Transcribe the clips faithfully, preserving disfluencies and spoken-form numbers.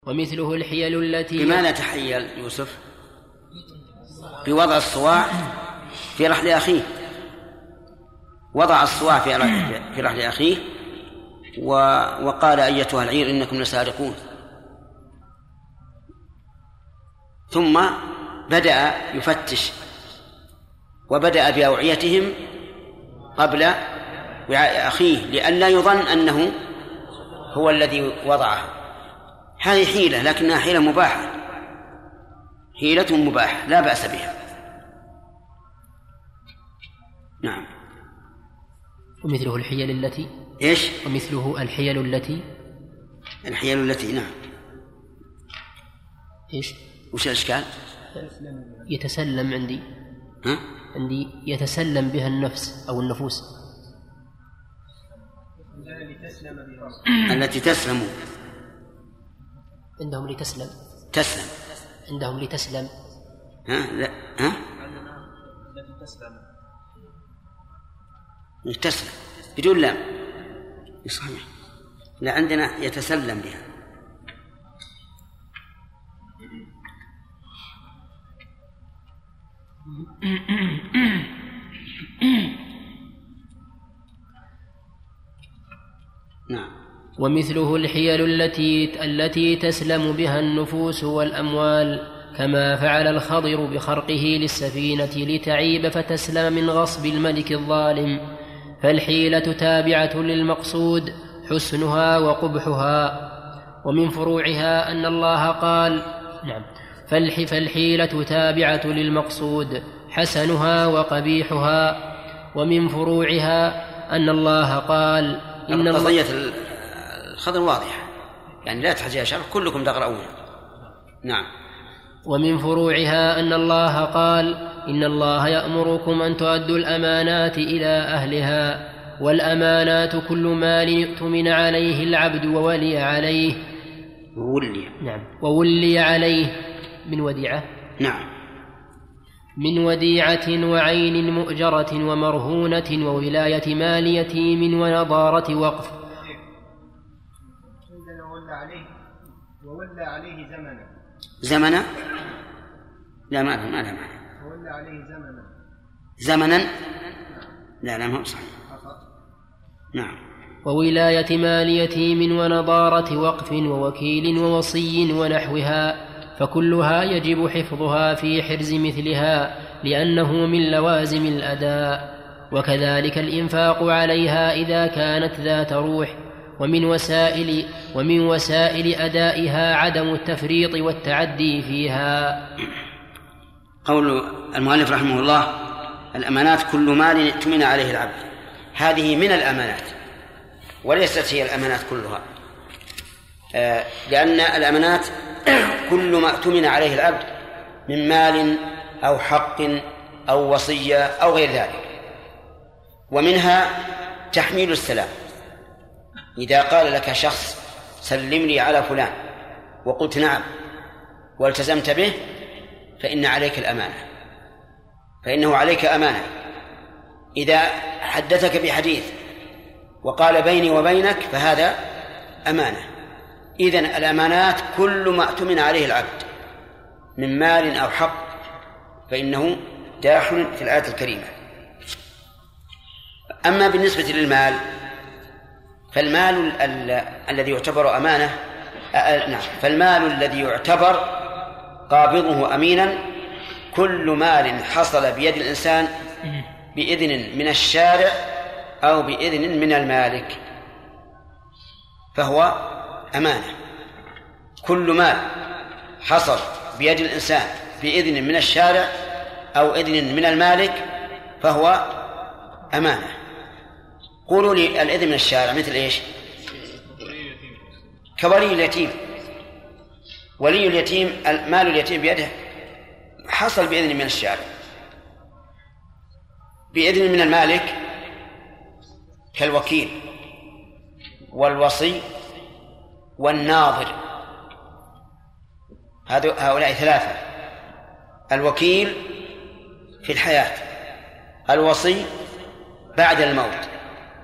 ومثله الحيل التي بما نتحيل يوسف بوضع الصواع في رحل أخيه، وضع الصواع في رحل أخيه وقال أيتها العير إنكم لسارقون، ثم بدأ يفتش وبدأ بأوعيتهم قبل وعاء أخيه لئلا يظن أنه هو الذي وضعه. هذه حيلة لكنها حيلة مباحة، حيلة مباحة لا بأس بها. نعم. ومثله الحيل التي إيش؟ ومثله الحيل التي الحيل التي نعم. إيش؟ وش الإشكال؟ يتسلم عندي ها؟ عندي يتسلم بها النفس أو النفوس التي تسلم عندهم لتسلم تسلم عندهم لتسلم ها لا ها التي تسلم تسلم بدون لام صحيح. لا عندنا يتسلم بها. نعم. ومثله الحيل التي التي تسلم بها النفوس والأموال، كما فعل الخضر بخرقه للسفينة لتعيب فتسلم من غصب الملك الظالم. فالحيلة تابعة للمقصود حسنها وقبحها. ومن فروعها أن الله قال نعم فالح فالحيلة تابعة للمقصود حسنها وقبيحها. ومن فروعها أن الله قال إن قضية الخضر واضحة، يعني لا تحتاج شرح كلكم تقرؤون. نعم. ومن فروعها أن الله قال إن الله يأمركم أن تؤدوا الأمانات إلى أهلها، والأمانات كل مال يؤتمن عليه العبد وولي عليه وولي نعم وولي عليه من وديعة نعم من وديعة وعين مؤجرة ومرهونة وولاية مال يتيم ونظارة وقف. عندنا وولى عليه وولى عليه زمنا زمنا لا ما ما لا معنى وولى عليه زمنا زمنا لا لا ما صحيح. نعم. وولاية مال يتيم ونظارة وقف ووكيل ووصي ونحوها، فكلها يجب حفظها في حرز مثلها لأنه من لوازم الأداء. وكذلك الإنفاق عليها إذا كانت ذات روح. ومن وسائل ومن وسائل أدائها عدم التفريط والتعدي فيها. قول المؤلف رحمه الله الأمانات كل مال ائتمن عليه العبد، هذه من الأمانات وليست هي الأمانات كلها، آه لأن الأمانات كل ما ائتمن عليه العبد من مال أو حق أو وصية أو غير ذلك. ومنها تحميل السلام، إذا قال لك شخص سلم لي على فلان وقلت نعم والتزمت به فإن عليك الأمانة، فإنه عليك أمانة. إذا حدثك بحديث وقال بيني وبينك فهذا أمانة. إذن الأمانات كل ما اؤتمن عليه العبد من مال أو حق فإنه داخل في الآية الكريمة. أما بالنسبة للمال فالمال ال- الذي يعتبر أمانة أ- نعم فالمال الذي يعتبر قابضه أمينا كل مال حصل بيد الإنسان بإذن من الشارع أو بإذن من المالك فهو أمانة. كل مال حصل بيد الإنسان بإذن من الشارع أو إذن من المالك فهو أمانة. قولوا لي الإذن من الشارع مثل إيش؟ كولي اليتيم. ولي اليتيم مال اليتيم بيده حصل بإذن من الشارع. بإذن من المالك كالوكيل والوصي والناظر، هؤلاء ثلاثة: الوكيل في الحياة، الوصي بعد الموت،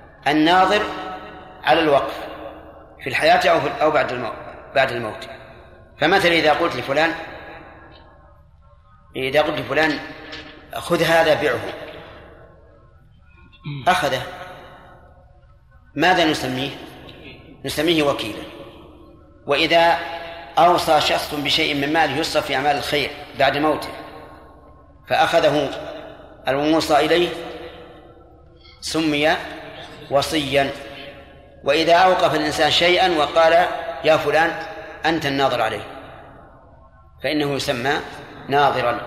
الناظر على الوقف في الحياة أو بعد الموت بعد الموت. فمثلا إذا قلت لفلان إذا قلت لفلان خذ هذا بيعه، أخذه، ماذا نسميه؟ نسميه وكيلا. وإذا أوصى شخص بشيء من ماله يصرف في أعمال الخير بعد موته فأخذه الموصى إليه سمي وصيا. وإذا أوقف الإنسان شيئا وقال يا فلان أنت الناظر عليه فإنه يسمى ناظرا.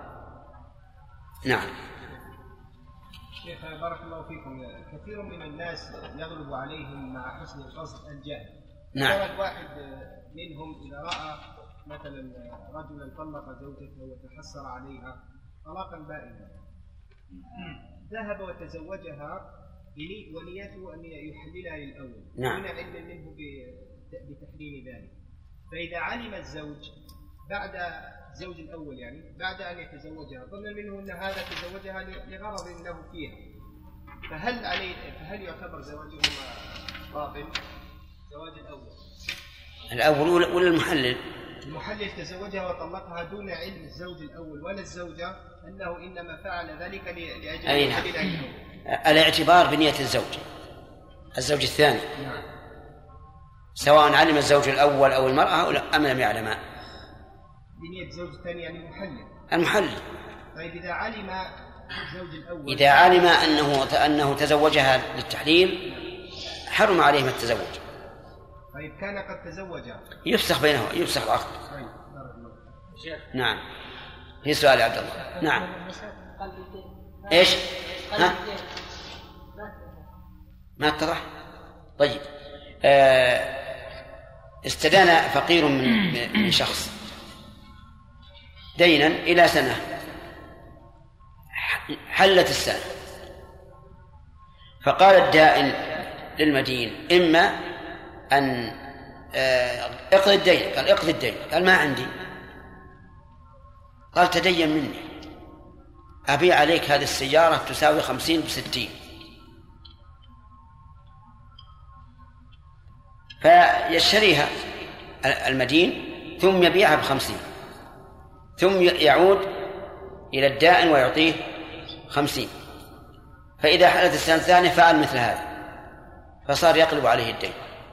نعم. شيخ بارك الله فيكم، كثير من الناس يغلب عليهم مع حسن القصد الجهل. نعم. يرى الواحد منهم إذا رأى مثلا رجلا طلق زوجته وتحسر عليها طلاقا بائنا ذهب وتزوجها ونيته أن يحللها للأول نعم. دون علم منه بتحريم ذلك. فإذا علم الزوج بعد الزوج الأول يعني بعد أن يتزوجها ظن منه أن هذا تزوجها لغرض له فيها، فهل عليه فهل يعتبر زواجهما باطل؟ زواج الأول الأول ولا المحلل؟ المحلل تزوجها وطلقها دون علم الزوج الأول ولا الزوجة أنه إنما فعل ذلك لأجل أي نعم. الاعتبار بنية الزوج الزوج الثاني نعم. سواء علم الزوج الأول أو المرأة أم لم يعلم. بنية الزوج الثاني يعني المحلل المحلل. طيب إذا علم الزوج الأول إذا علم أنه أنه تزوجها للتحليل حرم عليهم التزوج. طيب كان قد تزوجها يفسخ بينه يفسخ العقد. نعم. في سؤال يا عبد الله. نعم. ايش؟ ها؟ ما اتضح؟ طيب. آه استدان فقير من من شخص دينا إلى سنة، حلت السنة، فقال الدائن للمدين إما أن اقضي الدين، قال اقضي الدين، قال ما عندي، قال تدين مني أبيع عليك هذه السيارة تساوي خمسين بستين، فيشتريها المدين ثم يبيعها بخمسين ثم يعود إلى الدائن ويعطيه خمسين، فإذا حدث السنة الثانية فعل مثل هذا فصار يقلب عليه الدين.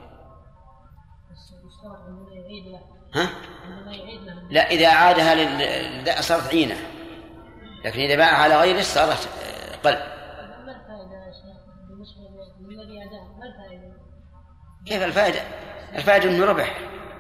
ها؟ لا، إذا عادها لل... صارت عينة، لكن إذا باعها على غيره صارت قلب. كيف الفائدة؟ الفائدة أنه ربح.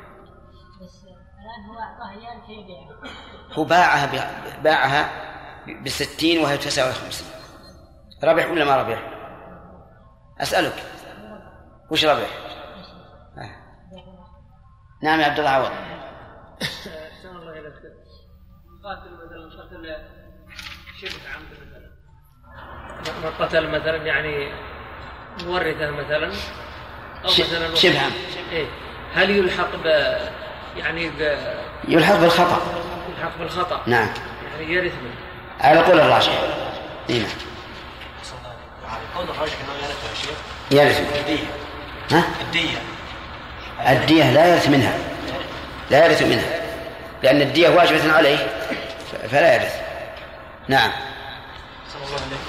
هو باعها ب... باعها بستين وهي تساوي خمسين، ربح ولا ما ربح؟ أسألك وش ربح؟ آه. نعم يا عبد الله عوض. أحسن الله إليك. قاتل مثلا قتل شبه عمد مثلا، ما قتل مثلا يعني مورثه مثلا أو مثلا شبه عمد، إيه، هل يلحق ب يعني ب... يلحق بالخطأ؟ يلحق بالخطأ. نعم. يعني يرث منه على قول الراجح. نعم. قول الراجح انه يرث يا شيخ. يرث. الدية. ها؟ الدية. الدية لا يرث منها، لا يرث منها، لأن الدية واجبة عليه فلا يرث. نعم. صلى الله عليه.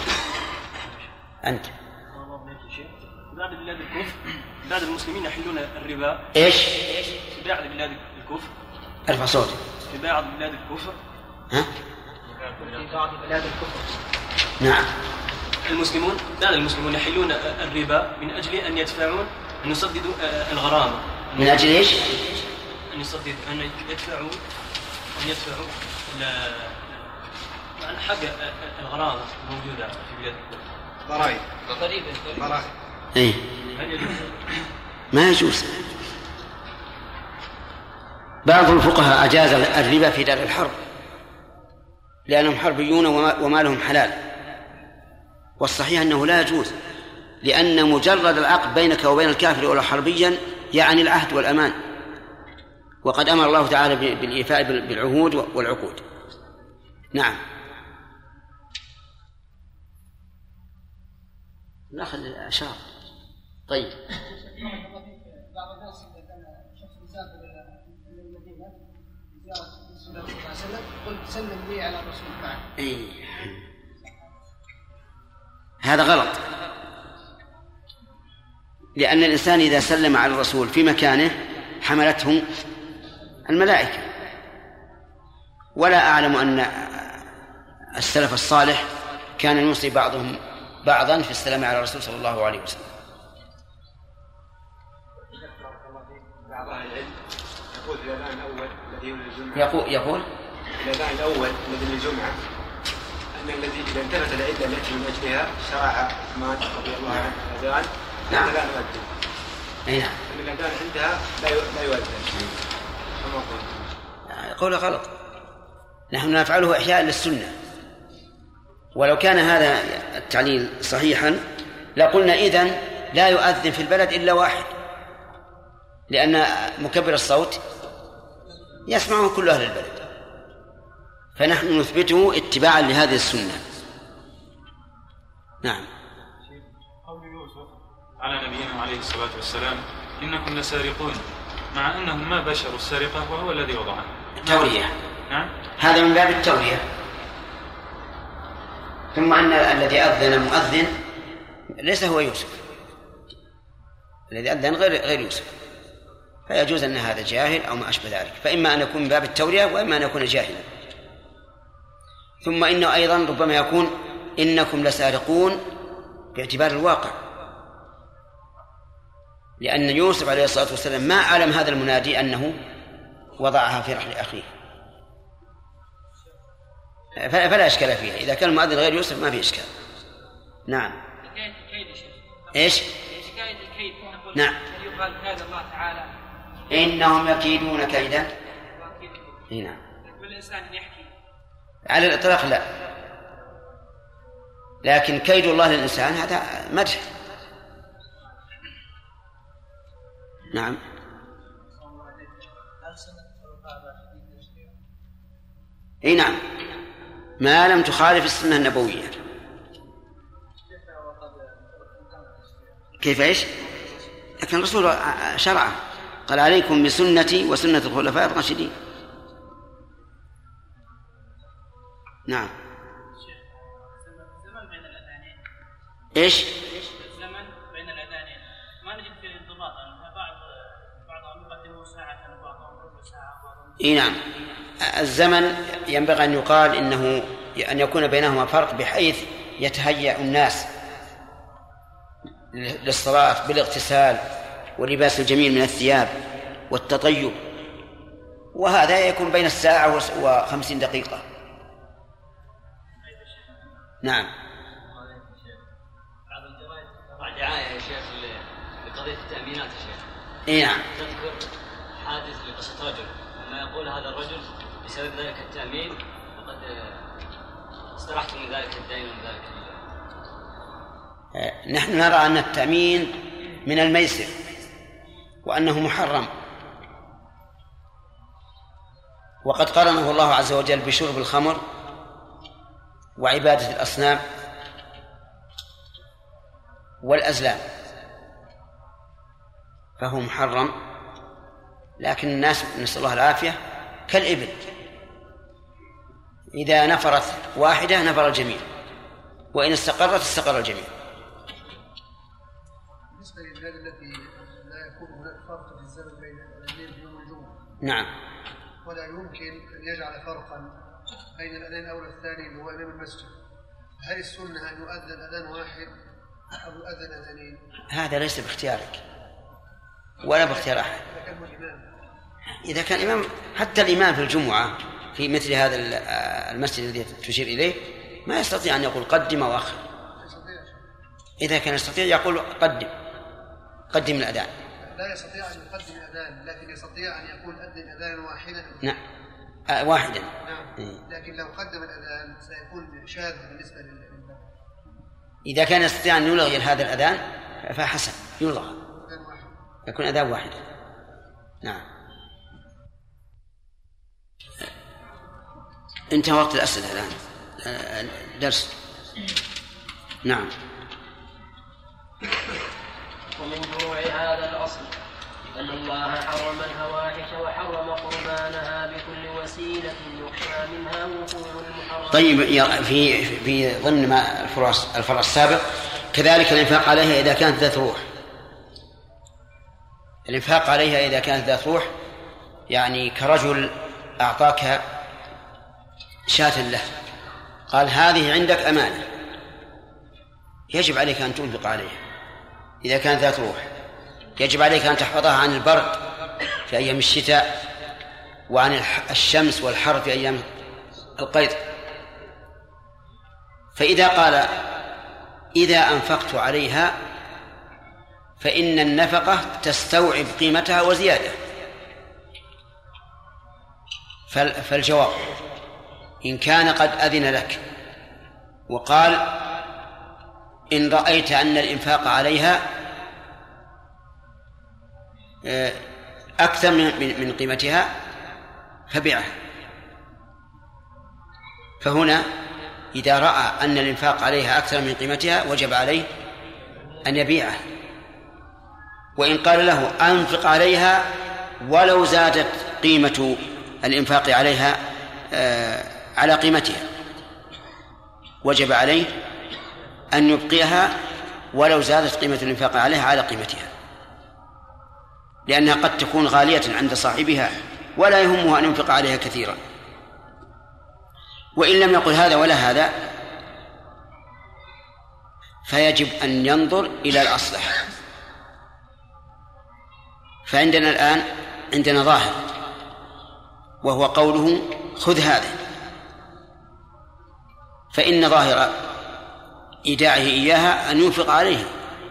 أنت. صلى الله عليه شيخ. بعد بلاد الكفر، بعد المسلمين يحلون الربا. إيش؟ بعد بلاد الكفر. ارفع صوتك. في بعض بلاد الكفر. ها؟ في بعض بلاد الكفر. نعم. المسلمون بعد المسلمون يحلون الربا من أجل أن يدفعون أن يسددوا الغرامة. من أجل إيش؟ أن يسددوا أن يدفعوا أن يدفعوا عن حق الغرامة الموجودة في بلاد الكفر. ضرائب. ضرائب. ضرائب. إيه. هل يجوز؟ ما يجوز. بعض الفقهاء أجاز الربا في دار الحرب لأنهم حربيون ومالهم حلال، والصحيح أنه لا يجوز، لأن مجرد العقد بينك وبين الكافر ولا حربيا يعني العهد والأمان، وقد أمر الله تعالى بالإيفاء بالعهود والعقود. نعم. نأخذ الأشار. طيب. بعض الناس إذا كان شخص مسافر إلى صلى الله عليه وسلم قلت سلم لي على الرسول بعد. إيه. هذا غلط، لأن الإنسان إذا سلم على الرسول في مكانه حملته الملائكة، ولا أعلم أن السلف الصالح كان يوصي بعضهم بعضا في السلام على الرسول صلى الله عليه وسلم. بعض أهل العلم يقول في الأذان الأول الذي يوم الجمعة يقول يقول الأذان الأول الذي الجمعة أن الذي إذا انتهت العدة التي من أجلها شرع عثمان رضي الله عنه الأذان نعم. لا نؤذن. أي نعم. أن الأذان عندها لا لا يؤذن. قول غلط، نحن نفعله إحياء للسنة، ولو كان هذا التعليل صحيحا لقلنا إذن لا يؤذن في البلد إلا واحد، لأن مكبر الصوت يسمعه كل أهل البلد، فنحن نثبته اتباعا لهذه السنة. نعم. قول يوسف على نبينا عليه الصلاة والسلام إنكم لسارقون، مع أنهم ما بشروا السرقة وهو الذي وضعها. التورية. نعم. هذا من باب التورية. ثم أن الذي أذن مؤذن ليس هو يوسف، الذي أذن غير غير يوسف، فيجوز أن هذا جاهل أو ما أشبه ذلك، فإما أن يكون من باب التورية وإما أن يكون جاهلا. ثم إنه أيضا ربما يكون إنكم لسارقون باعتبار الواقع، لأن يوسف عليه الصلاة والسلام ما علم هذا المنادي أنه وضعها في رحل أخيه، فلا إشكال فيها. إذا كان المؤذن غير يوسف ما في إشكال. نعم. إيش؟ حكاية الكيد. نعم. يقال كاد الله تعالى إنهم يكيدون كيدا. نعم. والإنسان يحكي على الإطلاق لا، لكن كيد الله للإنسان هذا مدح. نعم. اي نعم، ما لم تخالف السنة النبوية. كيف ايش؟ لكن الرسول شرع قال عليكم بسنتي وسنة الخلفاء الراشدين. نعم. الزمن بين الأذانين ايش؟ الزمن بين الأذانين ما نجد فيه انضباط، بعض بعضهم يقدموا ساعة وبعضهم ربع ساعة. اي نعم. الزمن ينبغي أن يقال إنه أن يكون بينهما فرق بحيث يتهيأ الناس للصلاة بالاغتسال واللباس الجميل من الثياب والتطيب، وهذا يكون بين الساعة وخمسين دقيقة. نعم. بعض الجرائد تضع دعاية يا شيخ لقضية التأمينات يا شيخ. إيه نعم. تذكر حادث لقصة رجل لما يقول هذا الرجل بسبب ذلك التأمين وقد استرحت من ذلك الدين ومن ذلك. نحن نرى أن التأمين من الميسر وأنه محرم، وقد قرنه الله عز وجل بشرب الخمر وعبادة الأصنام والأزلام، فهو محرم. لكن الناس نسأل الله العافية كالإبل، إذا نفرت واحدة نفر الجميع، وإن استقرت استقر الجميع. بالنسبة للبلاد التي لا يكون هناك فرق في الزمن بين الأذانين يوم الجمعة، نعم، ولا يمكن أن يجعل فرقا بين الأذان الأول والثاني اللي هو أمام المسجد، هل السنة أن يؤذن أذان واحد أو يؤذن أذانين؟ هذا ليس باختيارك ولا باختيار أحد. إذا كان إمام، حتى الإمام في الجمعة في مثل هذا المسجد الذي تشير إليه ما يستطيع أن يقول قدم وأخر. إذا كان يستطيع يقول قدم قدم الأذان. لا يستطيع أن يقدم الأذان، لكن يستطيع أن يقول أذن أذان واحدا. نعم آه واحدا. نعم. لكن لو قدم الأذان سيكون شاذ بالنسبة للبلد. إذا كان يستطيع أن يلغي هذا الأذان فحسن يلغى، يكون أذان واحدا. نعم. انتهى وقت الأسئلة الآن درس. نعم. ومن فروع هذا الأصل أن الله حرم الفواحش وحرم قربانها وسيلة يخشى منها وقوع المحرم. طيب، في في ضمن ما الفرص الفرع السابق كذلك الإنفاق عليها إذا كانت ذات روح. الإنفاق عليها إذا كانت ذات روح يعني كرجل أعطاك شاة له، قال هذه عندك أمانة، يجب عليك أن تنفق عليها. إذا كانت ذات روح يجب عليك أن تحفظها عن البرد في أيام الشتاء وعن الشمس والحر في أيام القيد. فإذا قال إذا أنفقت عليها فإن النفقة تستوعب قيمتها وزيادة، فالجواب إن كان قد أذن لك وقال إن رأيت أن الإنفاق عليها أكثر من قيمتها فبيعها، فهنا إذا رأى أن الإنفاق عليها أكثر من قيمتها وجب عليه أن يبيعها. وإن قال له أنفق عليها ولو زادت قيمة الإنفاق عليها على قيمتها وجب عليه أن يبقيها ولو زادت قيمة الإنفاق عليها على قيمتها، لأنها قد تكون غالية عند صاحبها ولا يهمه أن ينفق عليها كثيرا. وإن لم يقل هذا ولا هذا فيجب أن ينظر إلى الأصلح. فعندنا الآن عندنا ظاهر وهو قوله خذ هذا، فإن ظاهر إيداعه إياها أن ينفق عليه،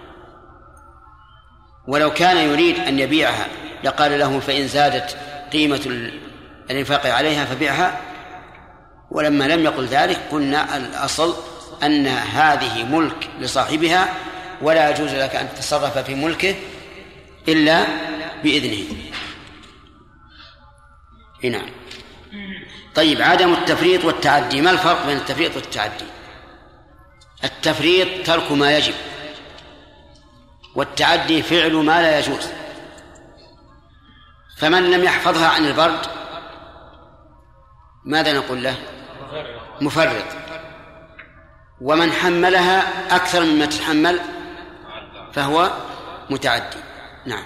ولو كان يريد أن يبيعها لقال له فإن زادت قيمة الإنفاق عليها فبيعها. ولما لم يقل ذلك قلنا الأصل أن هذه ملك لصاحبها ولا يجوز لك أن تتصرف في ملكه إلا بإذنه. هنا طيب، عدم التفريط والتعدي. ما الفرق بين التفريط والتعدي؟ التفريط ترك ما يجب، والتعدي فعل ما لا يجوز. فمن لم يحفظها عن البرد ماذا نقول له؟ مفرط. ومن حملها أكثر مما تتحمل فهو متعدي. نعم.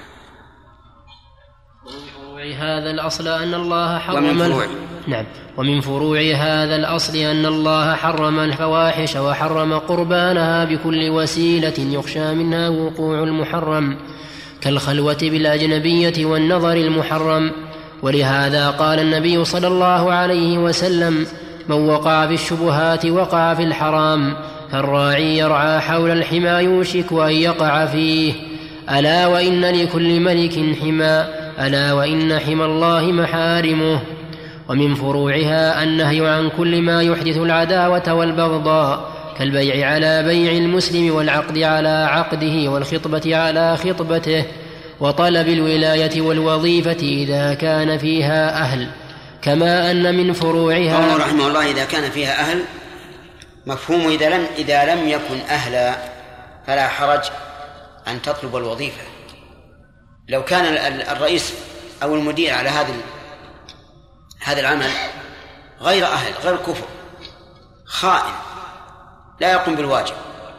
ومن فروع هذا الأصل أن الله حرم ومن فروع نعم ومن فروع هذا الأصل أن الله حرم الفواحش وحرم قربانها بكل وسيلة يخشى منها وقوع المحرم كالخلوة بالأجنبية والنظر المحرم. ولهذا قال النبي صلى الله عليه وسلم من وقع في الشبهات وقع في الحرام، فالراعي يرعى حول الحمى يوشك أن يقع فيه. ألا وإن لكل ملك حمى، ألا وإن حمى الله محارمه. ومن فروعها النهي عن كل ما يحدث العداوة والبغضاء كالبيع على بيع المسلم والعقد على عقده والخطبة على خطبته وطلب الولاية والوظيفة إذا كان فيها أهل. كما أن من فروعها قوله رحمه الله إذا كان فيها أهل، مفهوم إذا لم, إذا لم يكن أهلا فلا حرج أن تطلب الوظيفة. لو كان الرئيس أو المدير على هذا هذا العمل غير أهل، غير كفر، خائن لا يقوم بالواجب،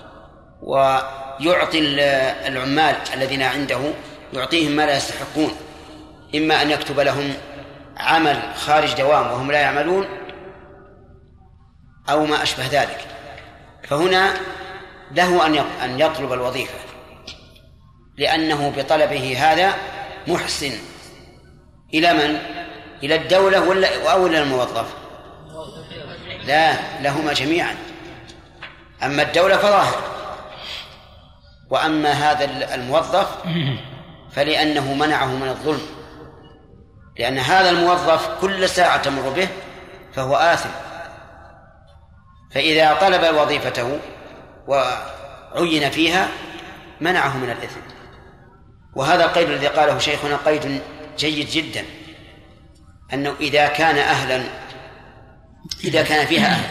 ويعطي العمال الذين عنده يعطيهم ما لا يستحقون، إما أن يكتب لهم عمل خارج دوام وهم لا يعملون أو ما أشبه ذلك، فهنا له أن يطلب الوظيفة لأنه بطلبه هذا محسن. إلى من؟ إلى الدولة ولا أو إلى الموظف؟ لا، لهما جميعا. أما الدولة فظاهر، وأما هذا الموظف فلأنه منعه من الظلم، لأن هذا الموظف كل ساعة تمر به فهو آثم، فإذا طلب وظيفته وعين فيها منعه من الإثم. وهذا القيد الذي قاله شيخنا قيد جيد جدا، أنه إذا كان أهلا إذا كان فيها أهل.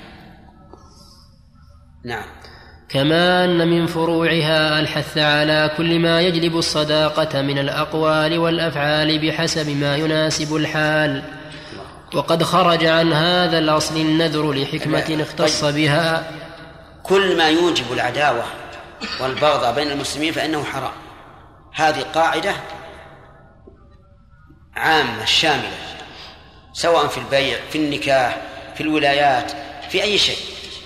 نعم. كما أن من فروعها الحث على كل ما يجلب الصداقة من الأقوال والأفعال بحسب ما يناسب الحال. وقد خرج عن هذا الأصل النذر لحكمة اختص بها. كل ما يوجب العداوة والبغض بين المسلمين فإنه حرام. هذه قاعدة عامة شاملة، سواء في البيع، في النكاح، في الولايات، في أي شيء.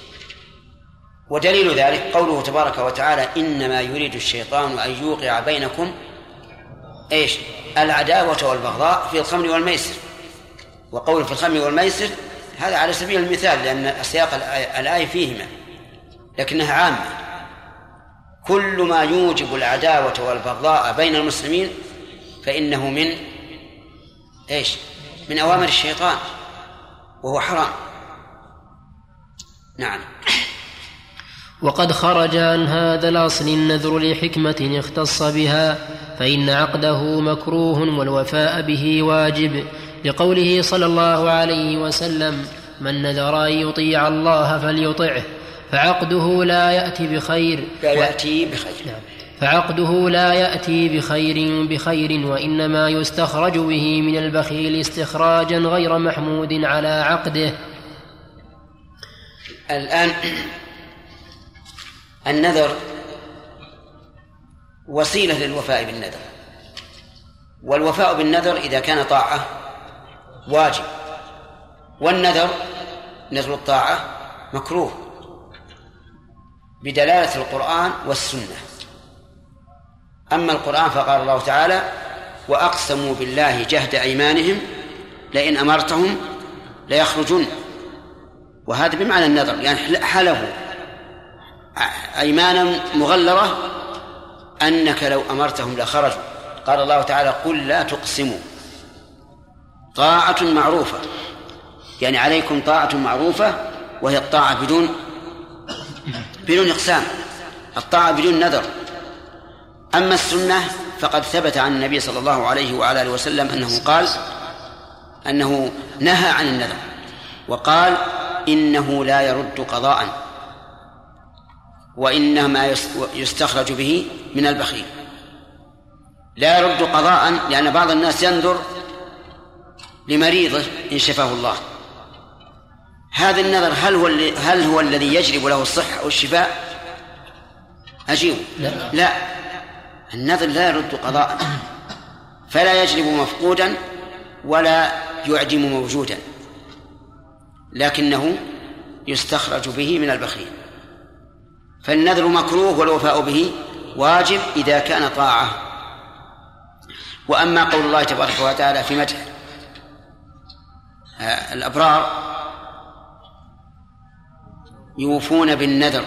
ودليل ذلك قوله تبارك وتعالى: إنما يريد الشيطان أن يوقع بينكم إيش؟ العداوة والبغضاء في الخمر والميسر. وقوله في الخمر والميسر هذا على سبيل المثال، لأن سياق الآية فيهما، لكنها عامة. كل ما يوجب العداوة والبغضاء بين المسلمين فإنه من إيش؟ من أوامر الشيطان، وهو حرام. نعم. وقد خرج عن هذا الأصل النذر لحكمة اختص بها، فإن عقده مكروه والوفاء به واجب، لقوله صلى الله عليه وسلم: من نذر أن يطيع الله فليطعه، فعقده لا يأتي بخير لا يأتي بخير فعقده لا يأتي بخير بخير وإنما يستخرج به من البخيل استخراجا غير محمود على عقده. الآن النذر وسيلة للوفاء بالنذر، والوفاء بالنذر إذا كان طاعة واجب، والنذر نذر الطاعة مكروه بدلالة القرآن والسنة. أما القرآن فقال الله تعالى: وأقسموا بالله جهد أيمانهم لئن أمرتهم ليخرجون. وهذا بمعنى النذر، يعني حلفوا أيمانا مغلظة أنك لو أمرتهم لخرجوا. قال الله تعالى: قل لا تقسموا، طاعة معروفة، يعني عليكم طاعة معروفة، وهي الطاعة بدون بدون إقسام، الطاعة بدون نذر. أما السنة فقد ثبت عن النبي صلى الله عليه وعلى آله وسلم أنه قال أنه نهى عن النذر، وقال: إنه لا يرد قضاء، وإنما يستخرج به من البخيل. لا يرد قضاء لأن بعض الناس ينذر لمريضه إن شفاه الله. هذا النذر هل هو, هل هو الذي يجلب له الصحة والشفاء؟ أجيب لا. لا، النذر لا يرد قضاء، فلا يجلب مفقودا ولا يعدم موجودا، لكنه يستخرج به من البخيل. فالنذر مكروه والوفاء به واجب إذا كان طاعة. وأما قول الله تبارك وتعالى في مدح الأبرار: يوفون بالنذر،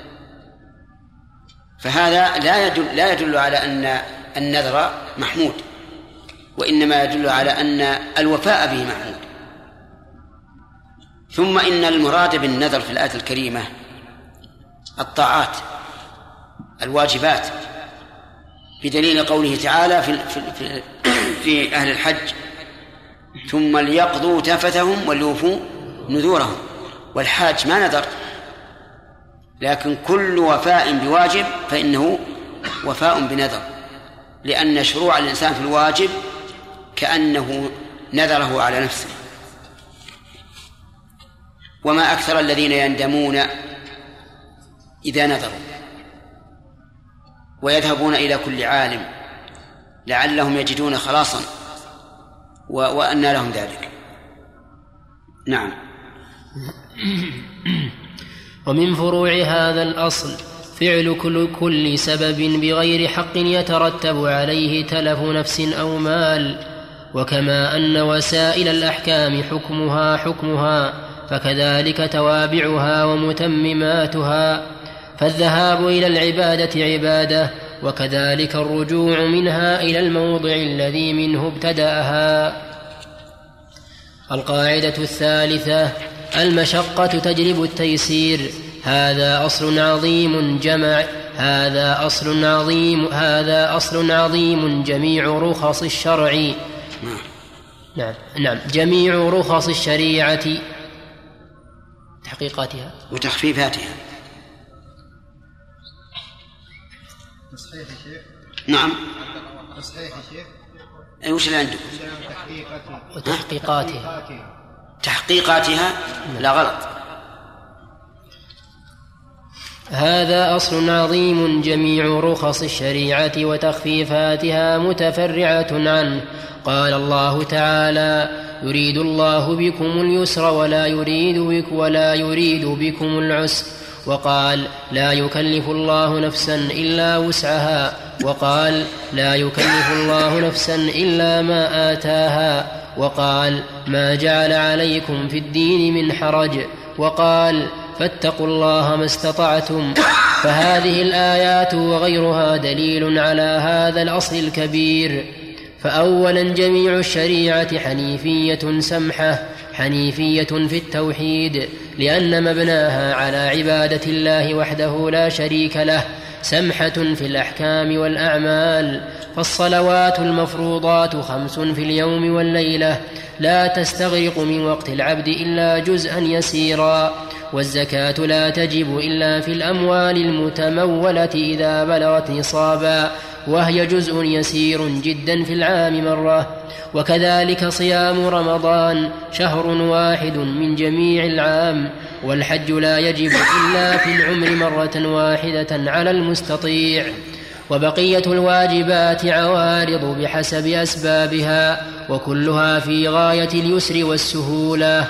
فهذا لا يدل, لا يدل على أن النذر محمود، وإنما يدل على أن الوفاء به محمود. ثم إن المراد بالنذر في الآية الكريمة الطاعات الواجبات، بدليل قوله تعالى في, في, في أهل الحج: ثم ليقضوا تفتهم وليوفوا نذورهم. والحاج ما نذر، لكن كل وفاء بواجب فإنه وفاء بنذر، لأن شروع الإنسان في الواجب كأنه نذره على نفسه. وما أكثر الذين يندمون إذا نذروا ويذهبون إلى كل عالم لعلهم يجدون خلاصا، وأن لهم ذلك. نعم. ومن فروع هذا الأصل فعل كل, كل سبب بغير حق يترتب عليه تلف نفس أو مال. وكما أن وسائل الأحكام حكمها حكمها، فكذلك توابعها ومتمماتها. فالذهاب إلى العبادة عبادة، وكذلك الرجوع منها إلى الموضع الذي منه ابتدأها. القاعدة الثالثة: المشقة تجلب التيسير. هذا أصل عظيم جمع هذا أصل عظيم هذا أصل عظيم جميع رخص الشرع نعم نعم جميع رخص الشريعة تحقيقاتها وتخفيفاتها. تصحيح يا شيخ. نعم تصحيح يا شيخ. أي وش اللي عندكم؟ وتحقيقاتها. تحقيقاتها لا غلط. هذا أصل عظيم جميع رخص الشريعة وتخفيفاتها متفرعة عنه. قال الله تعالى: يريد الله بكم اليسر ولا يريد بك ولا يريد بكم العسر. وقال: لا يكلف الله نفسا إلا وسعها. وقال: لا يكلف الله نفسا إلا ما آتاها. وقال: ما جعل عليكم في الدين من حرج. وقال: فاتقوا الله ما استطعتم. فهذه الآيات وغيرها دليل على هذا الأصل الكبير. فأولا جميع الشريعة حنيفية سمحة، حنيفية في التوحيد، لأن مبناها على عبادة الله وحده لا شريك له، سمحة في الأحكام والأعمال. فالصلوات المفروضات خمس في اليوم والليلة لا تستغرق من وقت العبد إلا جزءا يسيرا. والزكاة لا تجب إلا في الأموال المتمولة إذا بلغت نصابا، وهي جزء يسير جدا في العام مرة. وكذلك صيام رمضان شهر واحد من جميع العام. والحج لا يجب إلا في العمر مرة واحدة على المستطيع. وبقية الواجبات عوارض بحسب أسبابها، وكلها في غاية اليسر والسهولة.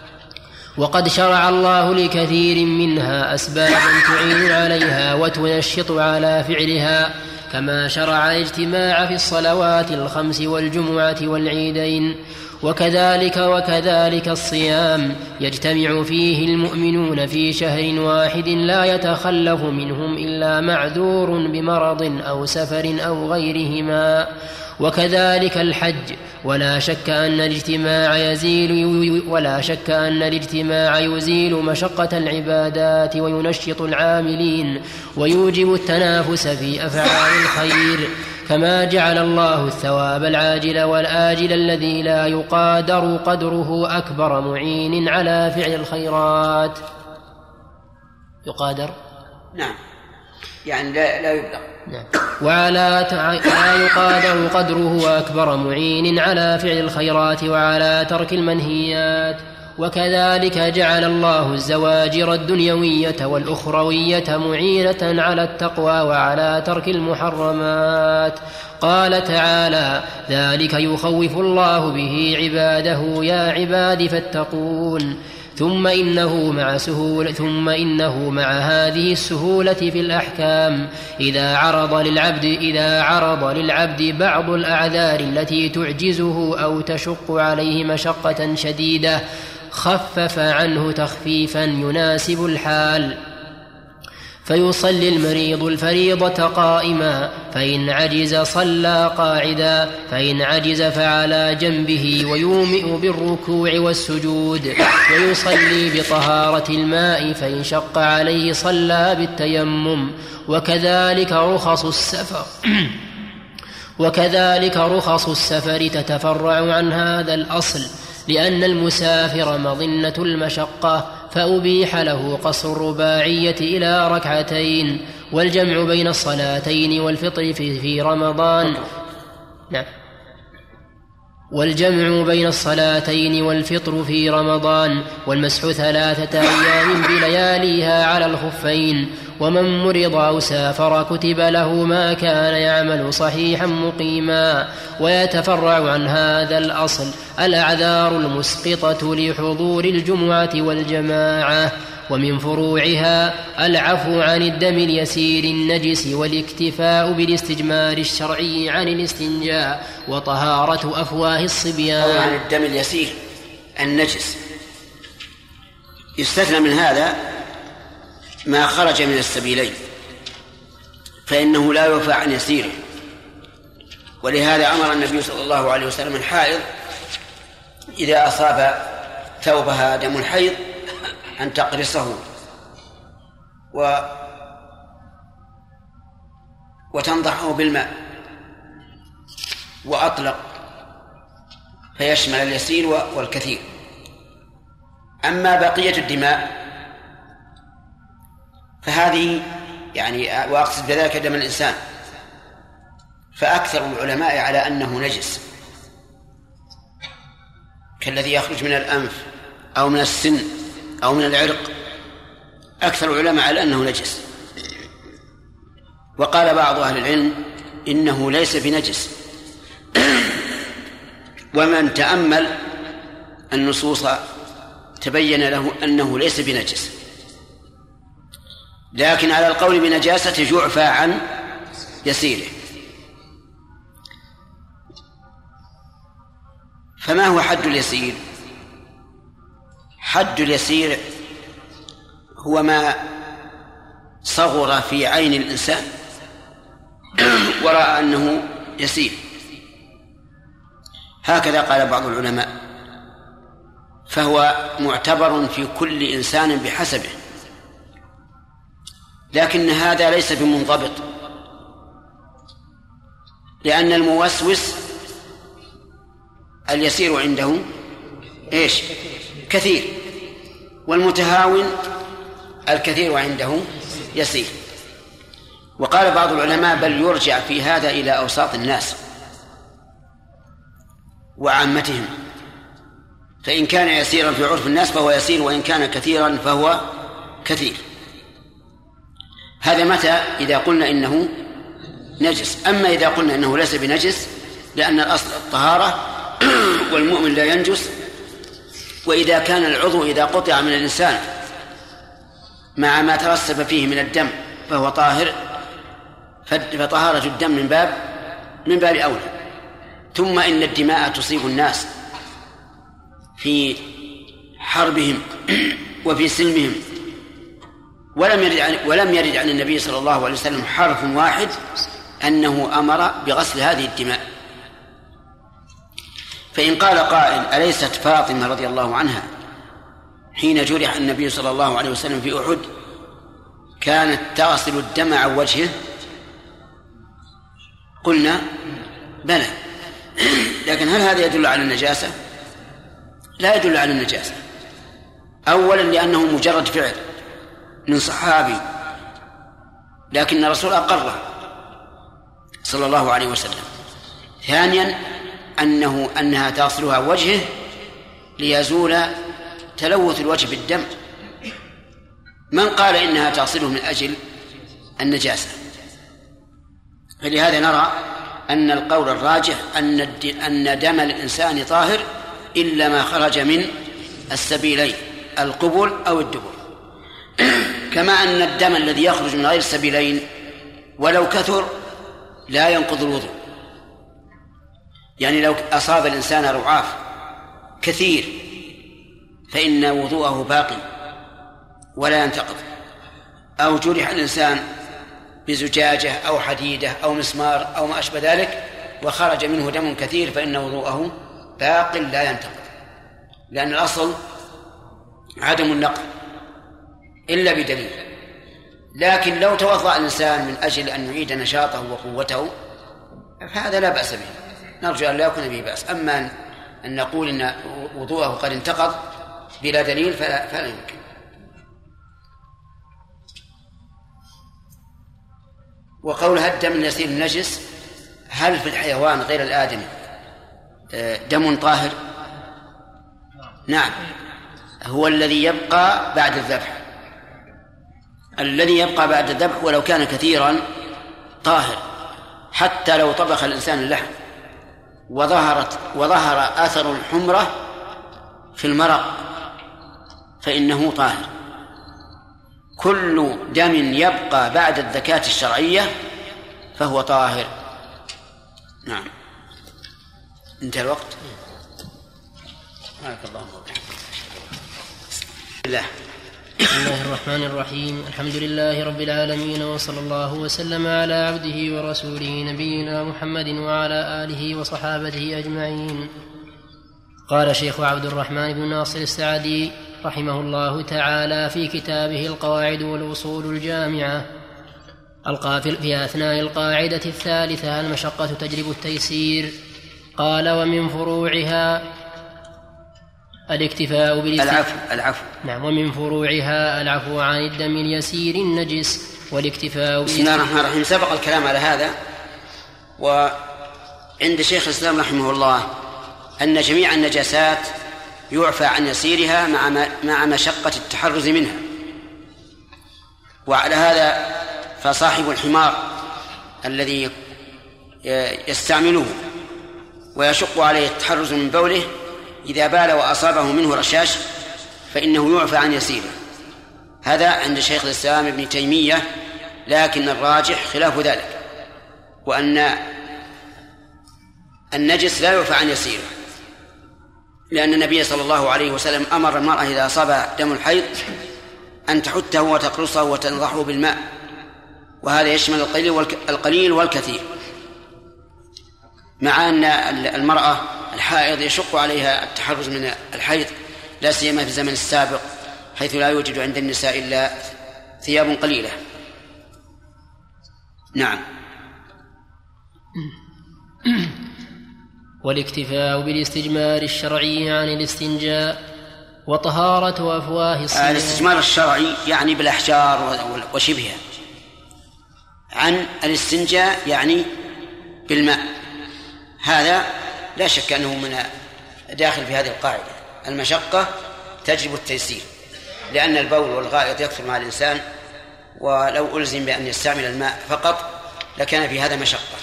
وقد شرع الله لكثير منها أسبابا تعين عليها وتنشط على فعلها، كما شرع الاجتماع في الصلوات الخمس والجمعة والعيدين. وكذلك وكذلك الصيام يجتمع فيه المؤمنون في شهر واحد لا يتخلف منهم إلا معذور بمرض أو سفر أو غيرهما. وكذلك الحج، ولا شك أن الاجتماع يزيل ولا شك أن الاجتماع يزيل مشقة العبادات وينشط العاملين ويوجب التنافس في أفعال الخير، كما جعل الله الثواب العاجل والآجل الذي لا يقادر قدره أكبر معين على فعل الخيرات. يقادر؟ نعم، يعني لا, لا يبلغ. نعم. وعلى لا يقادر قدره أكبر معين على فعل الخيرات وعلى ترك المنهيات. وكذلك جعل الله الزواجر الدنيوية والأخروية معينة على التقوى وعلى ترك المحرمات. قال تعالى: ذلك يخوف الله به عباده يا عباد فاتقون. ثم إنه مع سهولة ثم إنه مع هذه السهولة في الأحكام إذا عرض للعبد إذا عرض للعبد بعض الأعذار التي تعجزه أو تشق عليه مشقة شديدة خفف عنه تخفيفا يناسب الحال، فيصلي المريض الفريضة قائما، فإن عجز صلى قاعدا، فإن عجز فعلى جنبه، ويومئ بالركوع والسجود، ويصلي بطهارة الماء، فإن شق عليه صلى بالتيمم. وكذلك رخص السفر وكذلك رخص السفر تتفرع عن هذا الأصل، لأن المسافر مظنة المشقة، فأبيح له قصر الرباعية إلى ركعتين، والجمع بين الصلاتين والفطر في, في رمضان نعم والجمع بين الصلاتين والفطر في رمضان، والمسح ثلاثة أيام بلياليها على الخفين. ومن مرض أو سافر كتب له ما كان يعمل صحيحا مقيما. ويتفرع عن هذا الأصل الأعذار المسقطة لحضور الجمعة والجماعة، ومن فروعها العفو عن الدم اليسير النجس والاكتفاء بالاستجمار الشرعي عن الاستنجاء وطهارة أفواه الصبيان. عن الدم اليسير النجس يستثنى من هذا ما خرج من السبيلين، فإنه لا يوفى عن يسيره. ولهذا أمر النبي صلى الله عليه وسلم الحائض إذا أصاب ثوبها دم الحيض أن تقرصه و... وتنضحه بالماء، وأطلق، فيشمل اليسير والكثير. أما بقية الدماء فهذه يعني، وأقصد بذلك دم الإنسان، فأكثر العلماء على أنه نجس، كالذي يخرج من الأنف أو من السن أو من العرق أكثر العلماء على أنه نجس. وقال بعض أهل العلم إنه ليس بنجس، ومن تأمل النصوص تبين له أنه ليس بنجس، لكن على القول بنجاسة يعفى عن يسيره. فما هو حد اليسير؟ حد اليسير هو ما صغر في عين الإنسان ورأى أنه يسير، هكذا قال بعض العلماء، فهو معتبر في كل إنسان بحسبه، لكن هذا ليس بمنضبط، لأن الموسوس اليسير عنده إيش؟ كثير، والمتهاون الكثير عنده يسير. وقال بعض العلماء بل يرجع في هذا إلى أوساط الناس وعامتهم، فإن كان يسيرا في عرف الناس فهو يسير، وإن كان كثيرا فهو كثير. هذا متى؟ إذا قلنا إنه نجس. أما إذا قلنا إنه ليس بنجس لأن الأصل الطهارة والمؤمن لا ينجس، وإذا كان العضو إذا قطع من الإنسان مع ما ترسب فيه من الدم فهو طاهر، فطهارة الدم من باب من باب أولى. ثم إن الدماء تصيب الناس في حربهم وفي سلمهم، ولم يرد عن ولم يرد عن النبي صلى الله عليه وسلم حرف واحد أنه أمر بغسل هذه الدماء. فإن قال قائل أليست فاطمة رضي الله عنها حين جرح النبي صلى الله عليه وسلم في أحد كانت تغسل الدم عن وجهه؟ قلنا بلى، لكن هل هذا يدل على النجاسة؟ لا يدل على النجاسة. أولا لأنه مجرد فعل من صحابي، لكن الرسول أقره صلى الله عليه وسلم. ثانيا أنه أنها تغسلها وجهه ليزول تلوث الوجه بالدم. من قال إنها تغسله من أجل النجاسة؟ فلهذا نرى أن القول الراجح أن أن دم الإنسان طاهر إلا ما خرج من السبيلين القبل أو الدبر، كما أن الدم الذي يخرج من غير السبيلين ولو كثر لا ينقض الوضوء. يعني لو أصاب الإنسان رعاف كثير فإن وضوءه باق ولا ينتقض، أو جرح الإنسان بزجاجة أو حديدة أو مسمار أو ما أشبه ذلك وخرج منه دم كثير فإن وضوءه باق لا ينتقض، لأن الأصل عدم النقض إلا بدليل. لكن لو توضأ الإنسان من أجل أن يعيد نشاطه وقوته فهذا لا بأس به، نرجو أن لا يكون به بأس. أما أن نقول إن وضوءه قد انتقض بلا دليل فلا, فلا يمكن. وقولها الدم اليسير النجس، هل في الحيوان غير الآدمي دم طاهر؟ نعم، هو الذي يبقى بعد الذبح. الذي يبقى بعد الذبح ولو كان كثيرا طاهر، حتى لو طبخ الإنسان اللحم وظهرت وظهر أثر الحمرة في المرق فإنه طاهر. كل دم يبقى بعد الزكاة الشرعية فهو طاهر. نعم، انتهى الوقت. بارك الله فيك. الله. بسم الله الرحمن الرحيم. الحمد لله رب العالمين، وصلى الله وسلم على عبده ورسوله نبينا محمد وعلى آله وصحابته أجمعين. قال شيخ عبد الرحمن بن ناصر السعدي رحمه الله تعالى في كتابه القواعد والأصول الجامعة القافل في أثناء القاعدة الثالثة المشقة تجلب التيسير، قال ومن فروعها الاكتفاء العفو العفو نعم ومن فروعها العفو عن الدم اليسير النجس والاكتفاء. بسم الله الرحمن الرحيم. سبق الكلام على هذا، وعند شيخ الإسلام رحمه الله أن جميع النجاسات يعفى عن يسيرها مع مع مشقة التحرز منها. وعلى هذا فصاحب الحمار الذي يستعمله ويشق عليه التحرز من بوله إذا بال وأصابه منه رشاش فإنه يعفى عن يسيره. هذا عند شيخ الإسلام ابن تيمية، لكن الراجح خلاف ذلك، وأن النجس لا يعفى عن يسيره، لأن النبي صلى الله عليه وسلم أمر المرأة إذا أصاب دم الحيض أن تحته وتقرصه وتنضحه بالماء، وهذا يشمل القليل والكثير، مع أن المرأة الحائض يشق عليها التحرز من الحيض، لا سيما في الزمن السابق حيث لا يوجد عند النساء إلا ثياب قليلة. نعم. والاكتفاء بالاستجمار الشرعي عن الاستنجاء وطهارة أفواه الصبيان. الاستجمار الشرعي يعني بالأحجار وشبهها، عن الاستنجاء يعني بالماء. هذا لا شك أنه من داخل في هذه القاعدة، المشقة تجلب التيسير، لأن البول والغائط يكثر مع الإنسان، ولو ألزم بأن يستعمل الماء فقط لكان في هذا مشقة.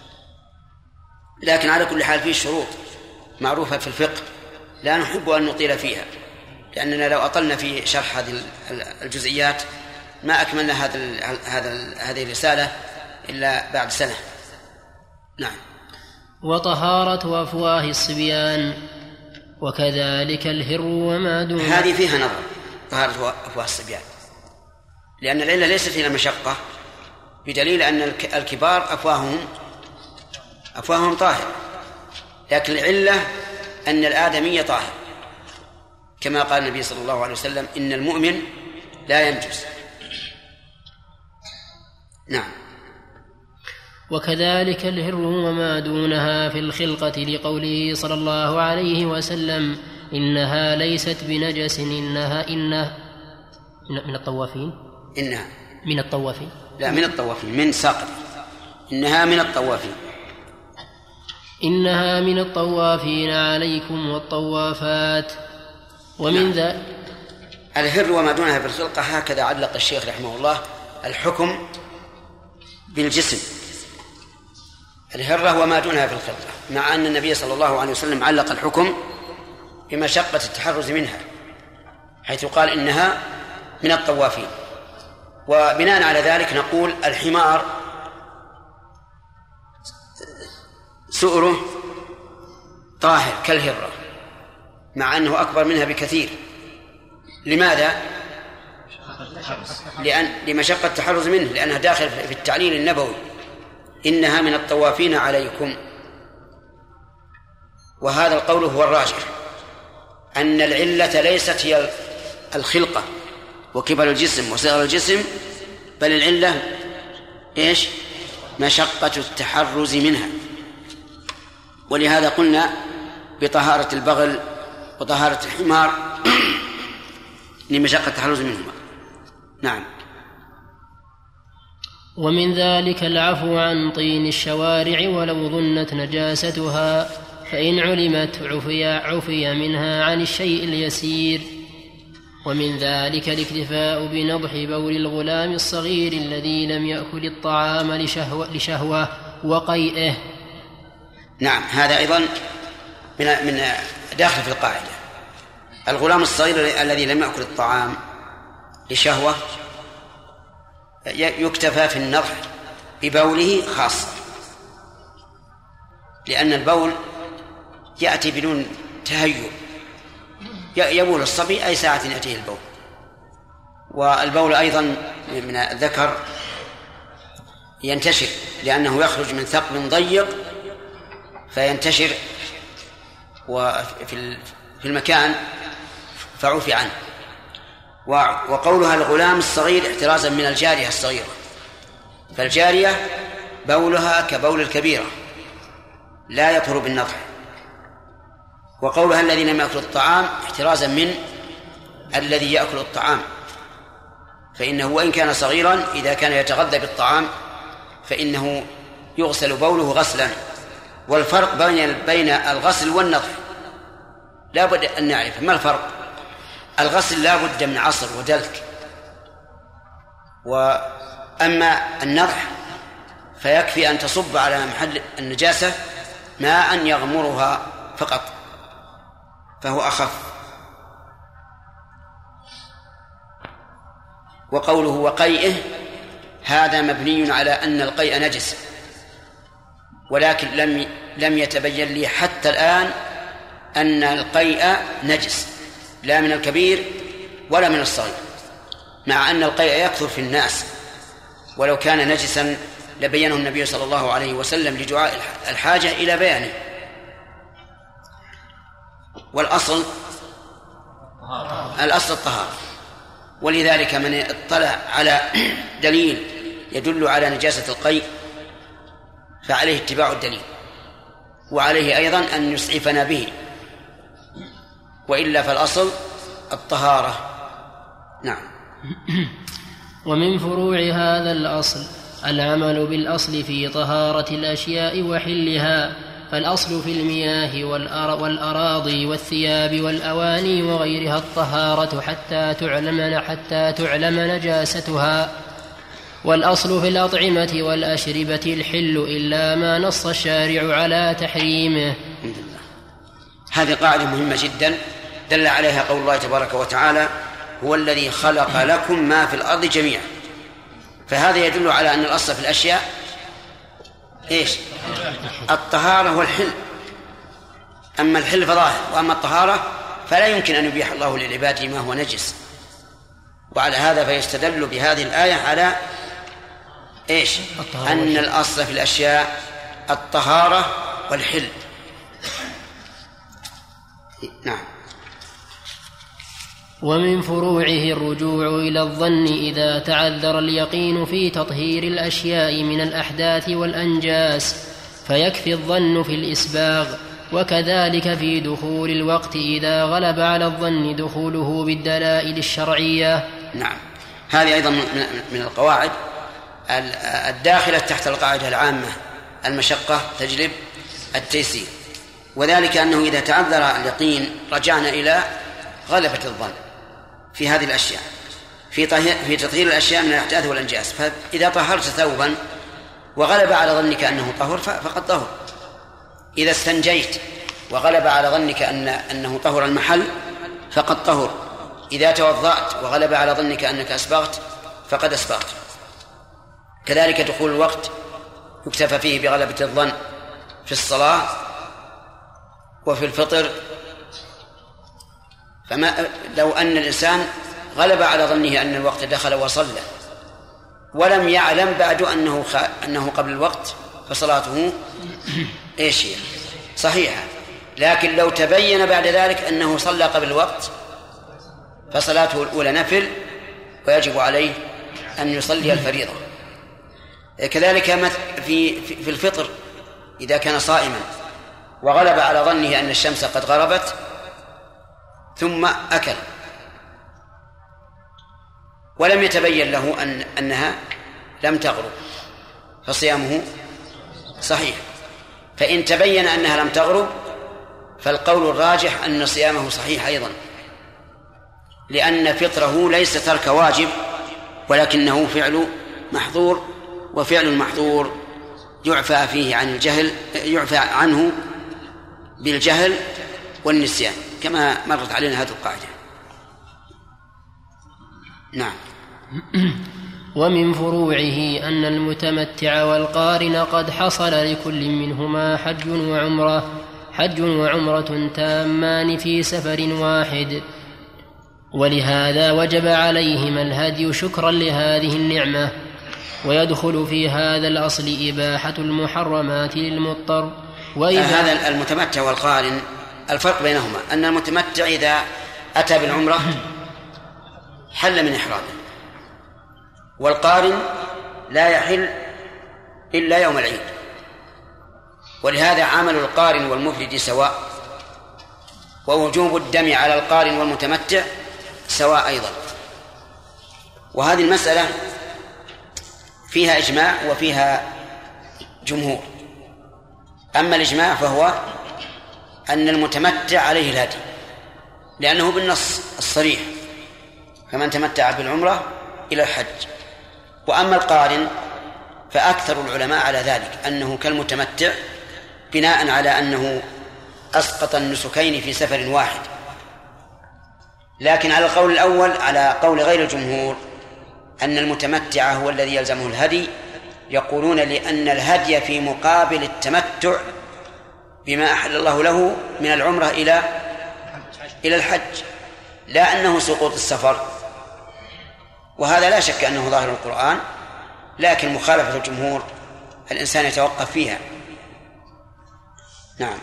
لكن على كل حال فيه شروط معروفة في الفقه لا نحب أن نطيل فيها، لأننا لو أطلنا في شرح هذه الجزئيات ما أكملنا هذا هذا هذه الرسالة إلا بعد سنة. نعم. وطهارة أفواه الصبيان وكذلك الهر وما دون. هذه فيها نظر، طهارة أفواه الصبيان، لأن العلة ليست فيها مشقة، بدليل أن الكبار أفواههم أفواههم طاهر، لكن العلة أن الآدمي طاهر، كما قال النبي صلى الله عليه وسلم إن المؤمن لا ينجس. نعم. وكذلك الهر وما دونها في الخلقة، لقوله صلى الله عليه وسلم إنها ليست بنجس إنها إنها من الطوافين إنها من الطوافين لا من الطوافين من ساقط إنها من الطوافين إنها من الطوافين عليكم والطوافات. ومن ذا الهر وما دونها في الخلقة، هكذا علق الشيخ رحمه الله الحكم بالجسم، الهرة وما دونها في الخلقة، مع أن النبي صلى الله عليه وسلم علق الحكم بمشقة التحرز منها، حيث قال إنها من الطوافين. وبناء على ذلك نقول الحمار سؤره طاهر كالهرة، مع أنه أكبر منها بكثير. لماذا؟ لأن لمشقة التحرز منه، لأنها داخل في التعليل النبوي إنها من الطوافين عليكم. وهذا القول هو الراجح، أن العلة ليست هي الخلقة وكبر الجسم وصغر الجسم، بل العلة إيش؟ مشقة التحرز منها. ولهذا قلنا بطهارة البغل وطهارة الحمار لمشقة التحرز منهما. نعم. ومن ذلك العفو عن طين الشوارع ولو ظنت نجاستها، فإن علمت عفي, عفي منها عن الشيء اليسير. ومن ذلك الاكتفاء بنضح بول الغلام الصغير الذي لم يأكل الطعام لشهوة, لشهوة وقيئه. نعم، هذا أيضا من من داخل في القاعدة. الغلام الصغير الذي لم يأكل الطعام لشهوة يكتفى في النضح ببوله خاصة، لأن البول يأتي بدون تهيؤ، يبول الصبي أي ساعة يأتيه البول. والبول أيضا من الذكر ينتشر، لأنه يخرج من ثقب ضيق فينتشر وفي في المكان فعفي عنه. وقولها الغلام الصغير احترازا من الجارية الصغيرة، فالجارية بولها كبول الكبيرة لا يطهر بالنضح. وقولها الذي لم يأكل الطعام احترازا من الذي يأكل الطعام، فإنه وإن كان صغيرا إذا كان يتغذى بالطعام فإنه يغسل بوله غسلا. والفرق بين بين الغسل والنضح لا بد أن نعرف ما الفرق. الغسل لا بد من عصر ودلك، وأما النضح فيكفي أن تصب على محل النجاسة ماء يغمرها فقط، فهو أخف. وقوله وقيئه هذا مبني على أن القيء نجس، ولكن لم لم يتبين لي حتى الآن أن القيء نجس، لا من الكبير ولا من الصغير، مع أن القيء يكثر في الناس، ولو كان نجسا لبينه النبي صلى الله عليه وسلم لدعاء الحاجة إلى بيانه. والأصل الأصل الطهارة، ولذلك من اطلع على دليل يدل على نجاسة القيء فعليه اتباع الدليل، وعليه أيضا أن يسعفنا به، وإلا فالأصل الطهارة. نعم. ومن فروع هذا الأصل العمل بالأصل في طهارة الأشياء وحلها، فالأصل في المياه والأراضي والثياب والأواني وغيرها الطهارة حتى تعلم حتى تعلم نجاستها، والأصل في الأطعمة والأشربة الحل إلا ما نص الشارع على تحريمه. هذه قاعدة مهمة جدا دل عليها قول الله تبارك وتعالى هو الذي خلق لكم ما في الأرض جميعا، فهذا يدل على أن الأصل في الأشياء إيش؟ الطهارة والحل. أما الحل فظاهر، وأما الطهارة فلا يمكن أن يبيح الله للعباد ما هو نجس. وعلى هذا فيستدل بهذه الآية على إيش؟ أن الأصل في الأشياء الطهارة والحل. نعم. ومن فروعه الرجوع إلى الظن إذا تعذر اليقين في تطهير الأشياء من الأحداث والأنجاس، فيكفي الظن في الإسباغ، وكذلك في دخول الوقت إذا غلب على الظن دخوله بالدلائل الشرعية. نعم، هذه أيضا من القواعد الداخلة تحت القاعدة العامة المشقة تجلب التيسير، وذلك أنه إذا تعذر اليقين رجعنا إلى غلبة الظن في هذه الأشياء، في في تطهير الأشياء من الأحداث والأنجاس. فإذا طهرت ثوبا وغلب على ظنك أنه طهر فقد طهر. إذا استنجيت وغلب على ظنك أن أنه طهر المحل فقد طهر. إذا توضأت وغلب على ظنك أنك أسبغت فقد أسبغت. كذلك دخول الوقت يكتفى فيه بغلبة الظن في الصلاة وفي الفطر. فما لو أن الإنسان غلب على ظنه أن الوقت دخل وصلى ولم يعلم بعد أنه خ... أنه قبل الوقت فصلاته إيش هي؟ صحيحة. لكن لو تبين بعد ذلك أنه صلى قبل الوقت فصلاته الأولى نفل ويجب عليه أن يصلي الفريضة. كذلك في في الفطر إذا كان صائما وغلب على ظنه أن الشمس قد غربت ثم أكل ولم يتبين له أن أنها لم تغرب فصيامه صحيح. فإن تبين أنها لم تغرب فالقول الراجح أن صيامه صحيح أيضا، لأن فطره ليس ترك واجب ولكنه فعل محظور، وفعل المحظور يعفى فيه عن الجهل، يعفى عنه بالجهل والنسيان كما مرت علينا هذه القاعدة. نعم. ومن فروعه أن المتمتع والقارن قد حصل لكل منهما حج وعمرة حج وعمرة تامان في سفر واحد، ولهذا وجب عليهما الهدي شكرا لهذه النعمة. ويدخل في هذا الأصل إباحة المحرمات للمضطر. هذا المتمتع والقارن الفرق بينهما أن المتمتع إذا أتى بالعمرة حل من إحرامه، والقارن لا يحل إلا يوم العيد. ولهذا عمل القارن والمفرد سواء، ووجوب الدم على القارن والمتمتع سواء أيضا. وهذه المسألة فيها إجماع وفيها جمهور. أما الإجماع فهو أن المتمتع عليه الهدي لأنه بالنص الصريح فمن تمتع بالعمرة إلى الحج. وأما القارن فأكثر العلماء على ذلك أنه كالمتمتع بناء على أنه أسقط النسكين في سفر واحد. لكن على القول الأول على قول غير الجمهور أن المتمتع هو الذي يلزمه الهدي، يقولون لأن الهدي في مقابل التمتع بما أحل الله له من العمرة إلى إلى الحج، لا أنه سقوط السفر. وهذا لا شك أنه ظاهر القرآن، لكن مخالفة الجمهور الإنسان يتوقف فيها. نعم.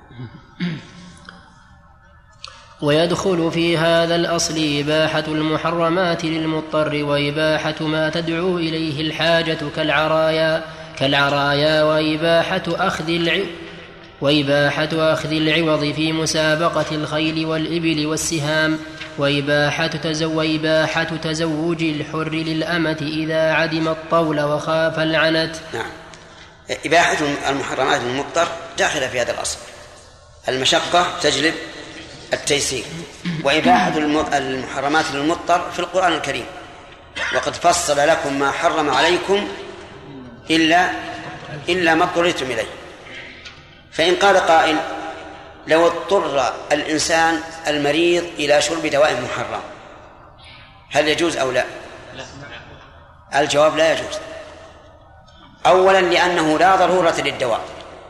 ويدخل في هذا الأصل إباحة المحرمات للمضطر وإباحة ما تدعو إليه الحاجة كالعرايا كالعرايا وإباحة أخذ العوض وإباحة أخذ العوض في مسابقة الخيل والإبل والسهام، وإباحة تزو وإباحة تزوج الحر للأمة إذا عدم الطول وخاف العنت. نعم. إباحة المحرمات للمضطر داخلة في هذا الأصل، المشقة تجلب التيسير. وإباحة المحرمات للمضطر في القرآن الكريم، وقد فصل لكم ما حرم عليكم إلا إلا ما اضطررتم إليه. فإن قال قائل لو اضطر الإنسان المريض إلى شرب دواء محرم هل يجوز أو لا؟ الجواب لا يجوز. أولا لأنه لا ضرورة للدواء،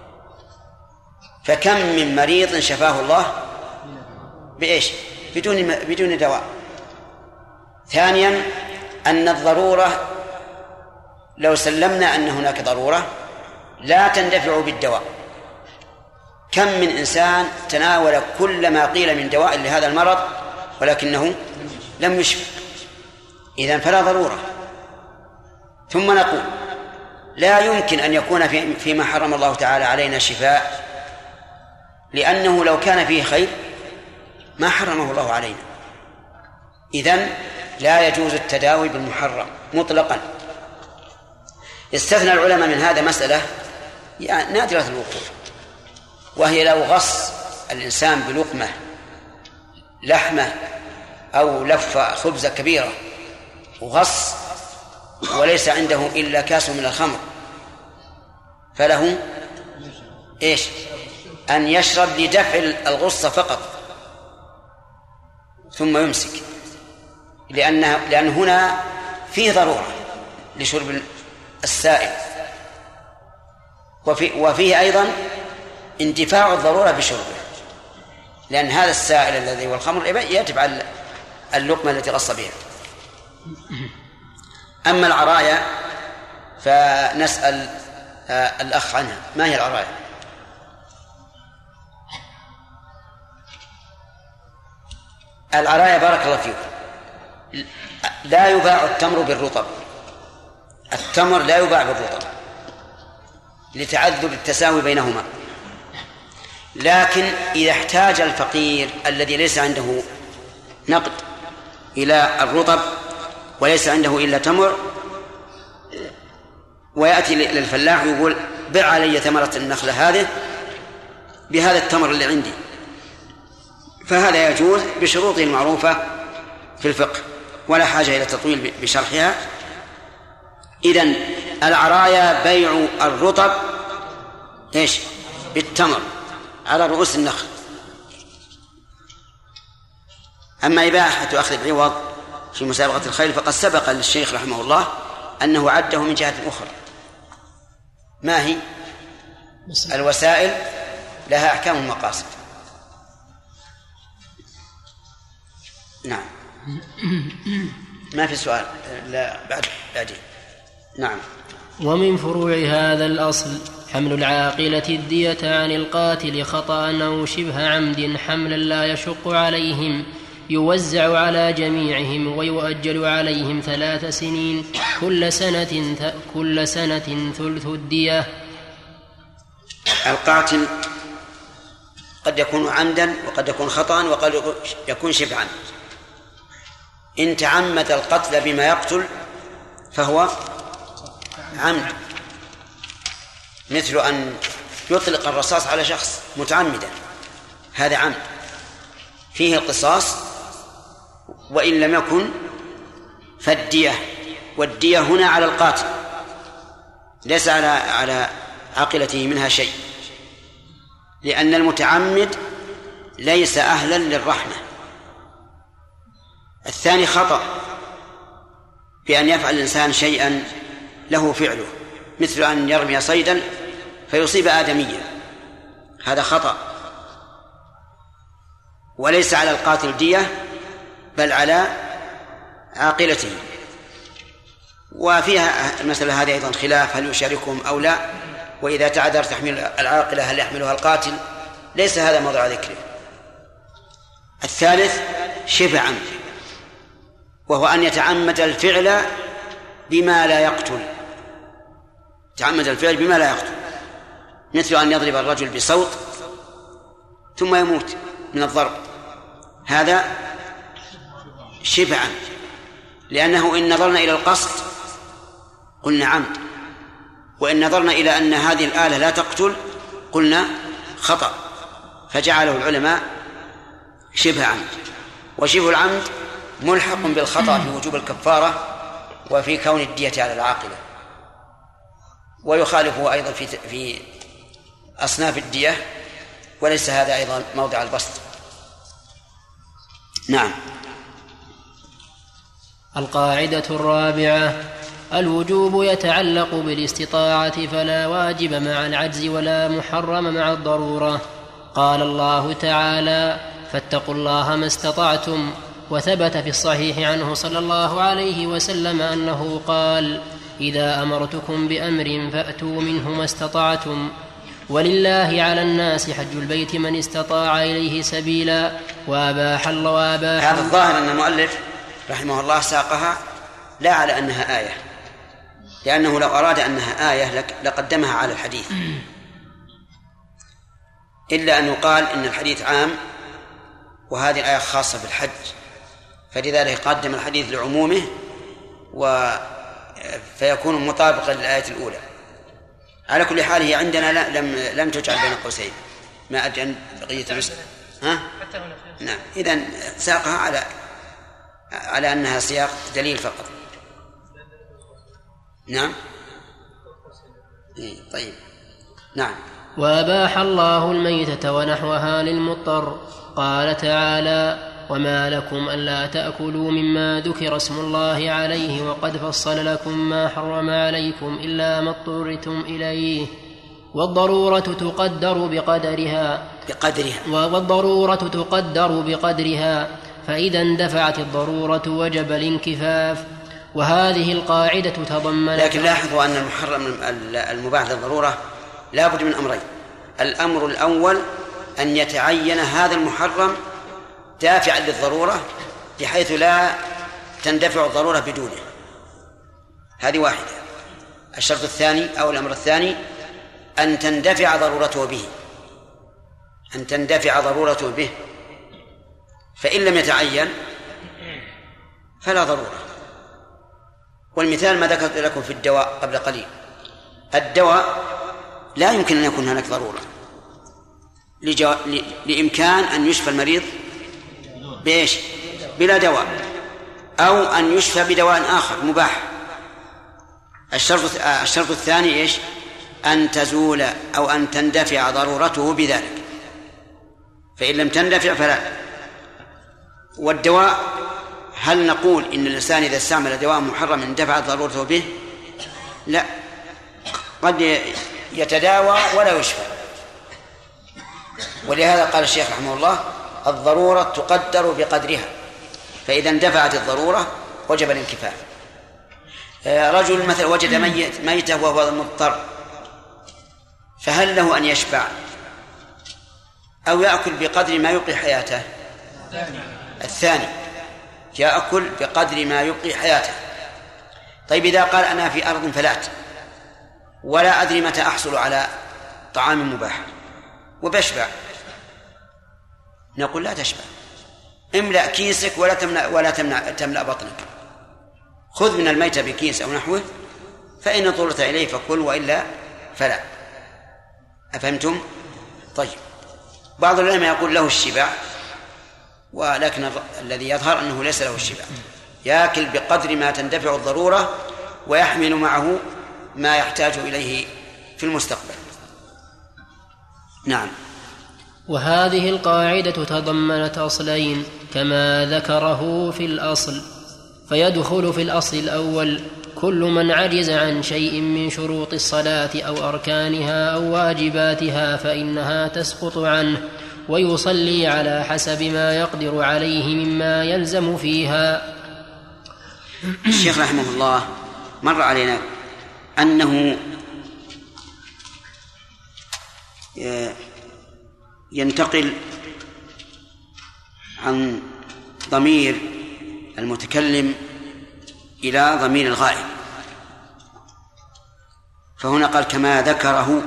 فكم من مريض شفاه الله بإيش؟ بدون بدون دواء. ثانيا أن الضرورة لو سلمنا أن هناك ضرورة لا تندفع بالدواء. كم من إنسان تناول كل ما قيل من دواء لهذا المرض ولكنه لم يشفى، إذن فلا ضرورة. ثم نقول لا يمكن أن يكون في فيما حرم الله تعالى علينا شفاء، لأنه لو كان فيه خير ما حرمه الله علينا. إذن لا يجوز التداوي بالمحرم مطلقا. استثنى العلماء من هذا مسألة يعني نادرة الوقوع، وهي لو غص الإنسان بلقمة لحمة أو لفة خبزة كبيرة وغص وليس عنده إلا كاس من الخمر، فله إيش؟ أن يشرب لدفع الغصة فقط ثم يمسك، لأن لأن هنا فيه ضرورة لشرب السائل، وفي وفيه أيضا اندفاع الضرورة بشربه، لأن هذا السائل الذي هو الخمر يتبع اللقمة التي غص بها. أما العرايا فنسأل الأخ عنها، ما هي العرايا؟ العرايا بارك الله فيكم لا يباع التمر بالرطب، التمر لا يباع بالرطب لتعذر التساوي بينهما، لكن إذا احتاج الفقير الذي ليس عنده نقد إلى الرطب وليس عنده إلا تمر ويأتي للفلاح ويقول بع علي ثمرة النخلة هذه بهذا التمر اللي عندي، فهذا يجوز بشروطه المعروفة في الفقه ولا حاجة إلى تطويل بشرحها. إذن العرايا بيع الرطب إيش؟ بالتمر على رؤوس النخل. أما إباحة أخذ العوض في مسابقة الخيل فقد سبق للشيخ رحمه الله أنه عده من جهة أخرى. ما هي؟ الوسائل لها أحكام المقاصد. نعم. ما في سؤال؟ لا بعد بعدين. نعم. ومن فروع هذا الأصل حمل العاقلة الدية عن القاتل خطأ أو شبه عمد حملا لا يشق عليهم، يوزع على جميعهم ويؤجل عليهم ثلاث سنين كل سنة كل سنة ثلث الدية. القاتل قد يكون عمدا وقد يكون خطأ وقد يكون شبه عمد. إن تعمد القتل بما يقتل فهو عمد، مثل أن يطلق الرصاص على شخص متعمدا، هذا عمد. فيه القصاص، وإن لم يكن فالدية، والدية هنا على القاتل ليس على على عاقلته منها شيء، لأن المتعمد ليس أهلا للرحمة. الثاني خطأ بأن يفعل الإنسان شيئا له فعله، مثل أن يرمي صيدا فيصيب آدميا، هذا خطأ، وليس على القاتل دية بل على عاقلته. وفيها المسألة هذه أيضا خلاف، هل يشاركهم أو لا، وإذا تعذر تحميل العاقلة هل يحملها القاتل، ليس هذا موضع ذكره. الثالث شبه عمد، وهو أن يتعمد الفعل بما لا يقتل، تعمد الفعل بما لا يقتل، مثل أن يضرب الرجل بصوت ثم يموت من الضرب، هذا شبه عمد، لأنه إن نظرنا إلى القصد قلنا عمد، وإن نظرنا إلى أن هذه الآلة لا تقتل قلنا خطأ، فجعله العلماء شبه عمد. وشبه العمد ملحق بالخطأ في وجوب الكفارة وفي كون الدية على العاقلة، ويخالفه أيضا في في أصناف الدية، وليس هذا أيضا موضع البسط. نعم. القاعدة الرابعة: الوجوب يتعلق بالاستطاعة، فلا واجب مع العجز ولا محرم مع الضرورة. قال الله تعالى: فاتقوا الله ما استطعتم. وثبت في الصحيح عنه صلى الله عليه وسلم أنه قال: إذا أمرتكم بأمر فأتوا منه ما استطعتم، ولله على الناس حج البيت من استطاع إليه سبيلا، وأباح الله وأباح. هذا الظاهر أن المؤلف رحمه الله ساقها لا على أنها آية، لأنه لو أراد أنها آية لقدمها على الحديث، إلا أن يقال إن الحديث عام وهذه الآية خاصة بالحج، فلذلك قدم الحديث لعمومه و فيكون مطابقا للآية الأولى. على كل حال هي عندنا لم لم تجعل بين قوسين، ما أدري بقية النسخ. ها؟ نعم. إذن ساقها على على أنها سياق دليل فقط. نعم. طيب. نعم. وأباح الله الميتة ونحوها للمضطر. قال تعالى: وما لكم ألا تأكلوا مما ذكر اسم الله عليه وقد فصل لكم ما حرم عليكم إلا ما اضطررتم إليه. والضرورة تقدر بقدرها بقدرها والضرورة تقدر بقدرها فإذا اندفعت الضرورة وجب الانكفاف. وهذه القاعدة تضمنت. لكن لاحظوا أن المحرم المباح للضرورة لا بد من أمرين: الأمر الأول أن يتعين هذا المحرم دافعا للضرورة بحيث لا تندفع الضرورة بدونه، هذه واحدة. الشرط الثاني أو الأمر الثاني أن تندفع ضرورته به أن تندفع ضرورته به فإن لم يتعين فلا ضرورة. والمثال ما ذكرت لكم في الدواء قبل قليل، الدواء لا يمكن أن يكون هناك ضرورة لجو... ل... لإمكان أن يشفى المريض بإيش؟ بلا دواء، أو أن يشفى بدواء آخر مباح. الشرط الشرط الثاني إيش؟ أن تزول أو أن تندفع ضرورته بذلك، فإن لم تندفع فلا. والدواء هل نقول إن الإنسان إذا استعمل دواء محرم اندفعت ضرورته به؟ لا، قد يتداوى ولا يشفى. ولهذا قال الشيخ رحمه الله: الضرورة تقدر بقدرها، فإذا اندفعت الضرورة وجب الانكفاف. رجل مثلا وجد ميت ميتة وهو مضطر، فهل له أن يشبع أو يأكل بقدر ما يبقي حياته؟ الثاني، يأكل بقدر ما يبقي حياته. طيب إذا قال أنا في أرض فلات ولا أدري متى أحصل على طعام مباح وبشبع، نقول لا تشبع، املأ كيسك ولا تملأ ولا تمنع تملأ بطنك، خذ من الميتة بكيس أو نحوه، فإن اضطررت إليه فكل وإلا فلا. أفهمتم؟ طيب. بعض العلماء يقول له الشبع ولكن الذي يظهر أنه ليس له الشبع، يأكل بقدر ما تندفع الضرورة ويحمل معه ما يحتاج إليه في المستقبل. نعم. وهذه القاعدة تضمنت أصلين كما ذكره في الأصل، فيدخل في الأصل الأول كل من عجز عن شيء من شروط الصلاة أو أركانها أو واجباتها فإنها تسقط عنه، ويصلي على حسب ما يقدر عليه مما يلزم فيها. الشيخ رحمه الله مر علينا أنه ينتقل عن ضمير المتكلم إلى ضمير الغائب، فهنا قال كما ذكره،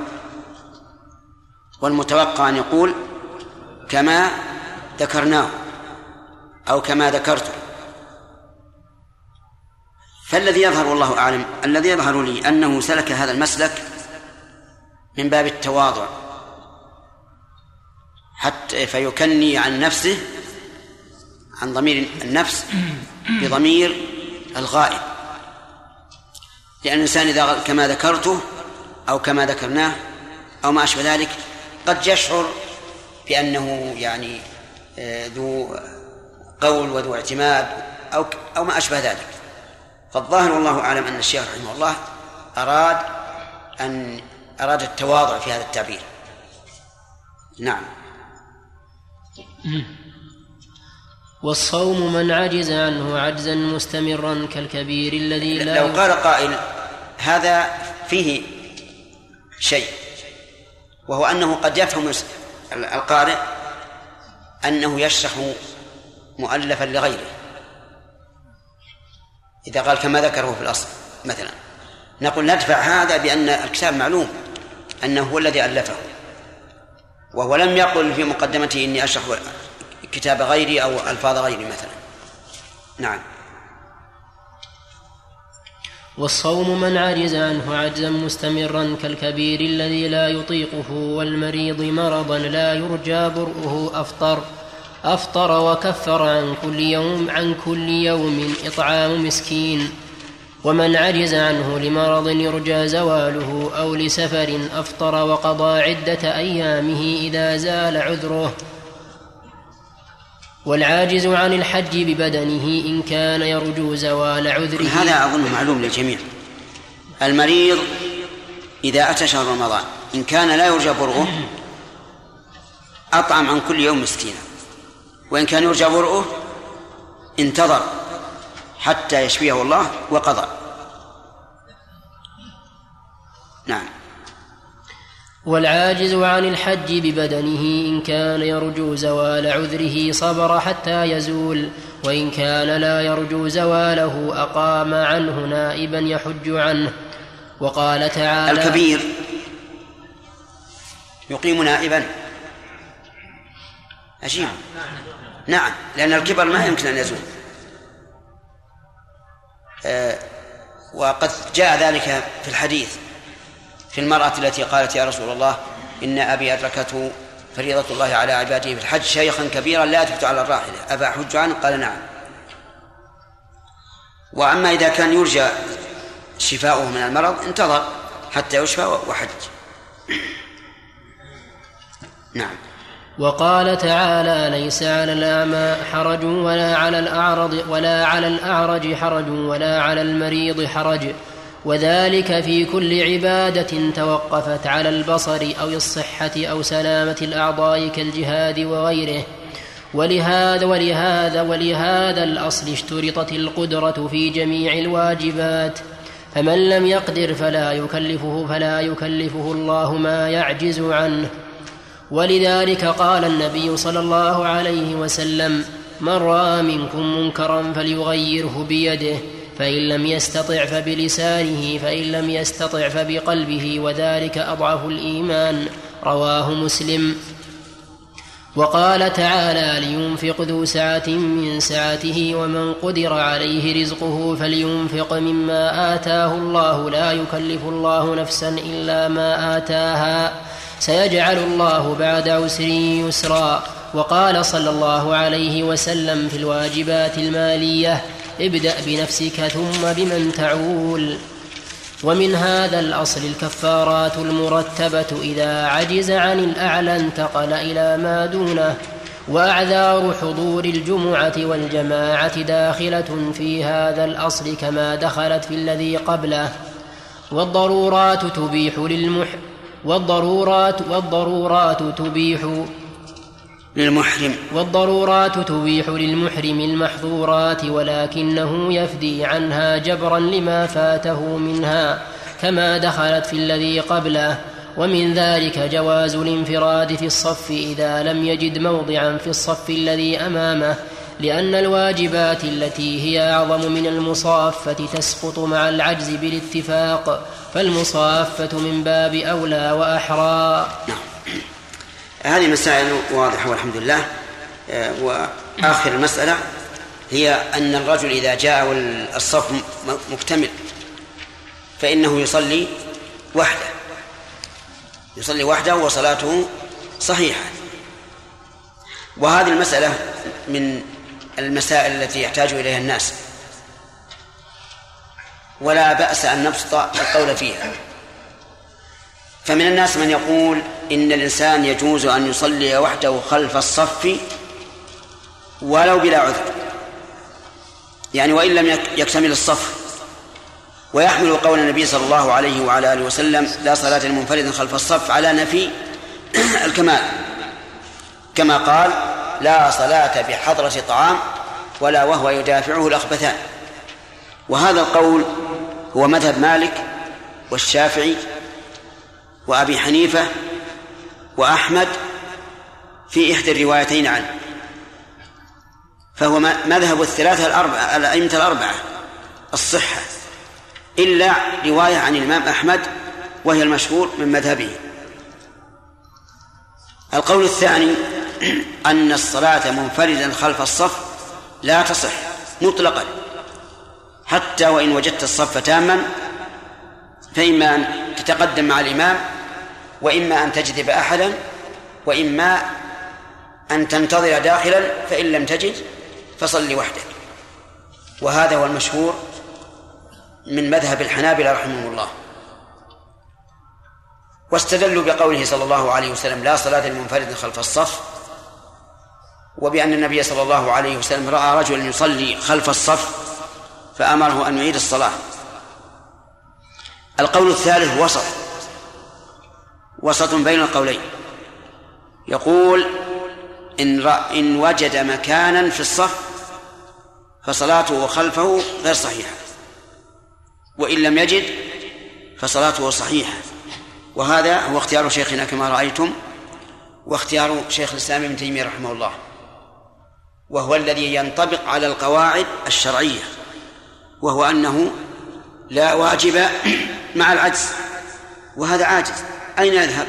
والمتوقع أن يقول كما ذكرناه أو كما ذكرته. فالذي يظهر والله أعلم، الذي يظهر لي أنه سلك هذا المسلك من باب التواضع حتى فيكني عن نفسه عن ضمير النفس بضمير الغائب، لأن الإنسان إذا كما ذكرته أو كما ذكرناه أو ما أشبه ذلك قد يشعر بأنه يعني ذو قول وذو اعتماد أو أو ما أشبه ذلك. فالظاهر والله أعلم أن الشيخ رحمه الله أراد أن أراد التواضع في هذا التعبير. نعم. والصوم من عجز عنه عجزا مستمرا كالكبير الذي لا لو قال قائل هذا فيه شيء، وهو أنه قد يفهم القارئ أنه يشرح مؤلفا لغيره، إذا قال كما ذكره في الأصل مثلا، نقول ندفع هذا بأن الكتاب معلوم أنه هو الذي ألفه، وهو لم يقل في مقدمته إني أشرح كتاب غيري أو ألفاظ غيري مثلا. نعم. والصوم من عجز عنه عجزا مستمرا كالكبير الذي لا يطيقه والمريض مرضا لا يرجى برؤه أفطر أفطر وكفر عن كل يوم عن كل يوم إطعام مسكين. ومن عجز عنه لمرض يرجى زواله أو لسفر أفطر وقضى عدة أيامه إذا زال عذره. والعاجز عن الحج ببدنه إن كان يرجو زوال عذره. هذا أظن معلوم للجميع. المريض إذا أتى شهر رمضان إن كان لا يرجى برؤه أطعم عن كل يوم مسكينا، وإن كان يرجى برؤه انتظر حتى يشفيه الله وقضى. نعم. والعاجز عن الحج ببدنه إن كان يرجو زوال عذره صبر حتى يزول، وإن كان لا يرجو زواله أقام عنه نائبا يحج عنه. وقال تعالى الكبير يقيم نائبا. عجيب. نعم، لأن الكبر ما يمكن أن يزول. آه وقد جاء ذلك في الحديث في المرأة التي قالت يا رسول الله إن أبي أدركته فريضة الله على عباده في الحج شيخا كبيرا لا يثبت على الراحلة أفأحج عنه؟ قال نعم. وأما إذا كان يرجى شفاؤه من المرض انتظر حتى يشفى وحج. نعم. وقال تعالى ليس على الأعمى حرج ولا على الأعرج ولا على الأعرج حرج ولا على المريض حرج، وذلك في كل عبادة توقفت على البصر أو الصحة أو سلامة الأعضاء كالجهاد وغيره. ولهذا ولهذا ولهذا الأصل اشترطت القدرة في جميع الواجبات، فمن لم يقدر فلا يكلفه فلا يكلفه الله ما يعجز عنه. ولذلك قال النبي صلى الله عليه وسلم من رأى منكم منكرا فليغيره بيده، فإن لم يستطع فبلسانه، فإن لم يستطع فبقلبه، وذلك أضعف الإيمان. رواه مسلم. وقال تعالى لينفق ذو سعة من سعته ومن قدر عليه رزقه فلينفق مما آتاه الله لا يكلف الله نفسا إلا ما آتاها سيجعل الله بعد عسر يسرا. وقال صلى الله عليه وسلم في الواجبات المالية: ابدأ بنفسك ثم بمن تعول. ومن هذا الأصل الكفارات المرتبة إذا عجز عن الأعلى انتقل إلى ما دونه، وأعذار حضور الجمعة والجماعة داخلة في هذا الأصل كما دخلت في الذي قبله. والضرورات تبيح للمح والضرورات والضرورات تبيح للمحرم والضرورات تبيح للمحرم المحظورات، ولكنه يفدي عنها جبرا لما فاته منها كما دخلت في الذي قبله. ومن ذلك جواز الانفراد في الصف إذا لم يجد موضعا في الصف الذي أمامه، لأن الواجبات التي هي أعظم من المصافة تسقط مع العجز بالاتفاق، فالمصافة من باب أولى وأحرى. نعم. هذه مسائل واضحة والحمد لله. وآخر المسألة هي أن الرجل إذا جاء والصف مكتمل فإنه يصلي وحده يصلي وحده وصلاته صحيحة. وهذه المسألة من المسائل التي يحتاج إليها الناس، ولا بأس أن نبسط القول فيها. فمن الناس من يقول إن الإنسان يجوز أن يصلي وحده خلف الصف ولو بلا عذر، يعني وإن لم يكتمل الصف، ويحمل قول النبي صلى الله عليه وعلى آله وسلم: لا صلاة لمنفرد خلف الصف، على نفي الكمال، كما قال: لا صلاة بحضرة طعام ولا وهو يدافعه الأخبثان. وهذا القول هو مذهب مالك والشافعي وأبي حنيفة وأحمد في إحدى الروايتين عنه، فهو مذهب الثلاثة الأربعة الأئمة الأربعة الصحة، إلا رواية عن الإمام أحمد وهي المشهور من مذهبه. القول الثاني أن الصلاة منفردا خلف الصف لا تصح مطلقا، حتى وإن وجدت الصف تاما، فإما أن تتقدم مع الإمام، وإما أن تجذب أحدا، وإما أن تنتظر داخلا، فإن لم تجد فصل وحدك. وهذا هو المشهور من مذهب الحنابلة رحمه الله. واستدلوا بقوله صلى الله عليه وسلم: لا صلاة لمنفرد خلف الصف، وبأن النبي صلى الله عليه وسلم رأى رجلا يصلي خلف الصف فأمره أن يعيد الصلاة. القول الثالث وسط وسط بين القولين، يقول: إن, إن وجد مكانا في الصف فصلاته خلفه غير صحيحة، وإن لم يجد فصلاته صحيحة. وهذا هو اختيار شيخنا كما رأيتم، واختيار شيخ الإسلام ابن تيمية رحمه الله، وهو الذي ينطبق على القواعد الشرعية، وهو أنه لا واجب مع العجز، وهذا عاجز. أين يذهب؟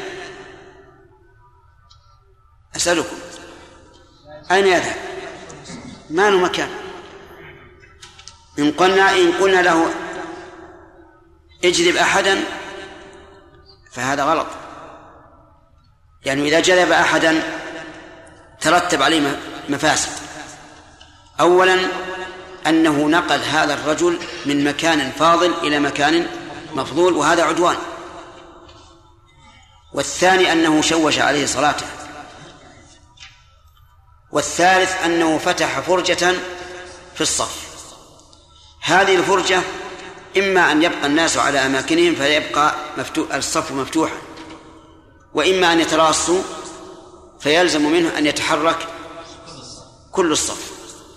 أسألكم، أين يذهب؟ ما له مكان. إن قلنا إن قلنا له اجذب أحدا فهذا غلط، يعني إذا جذب أحدا ترتب عليه مفاسد. أولا أنه نقل هذا الرجل من مكان فاضل إلى مكان مفضول، وهذا عدوان. والثاني أنه شوش عليه صلاته. والثالث أنه فتح فرجة في الصف. هذه الفرجة إما أن يبقى الناس على أماكنهم فيبقى مفتوح الصف مفتوحا، وإما أن يتراصوا فيلزم منه أن يتحرك كل الصف.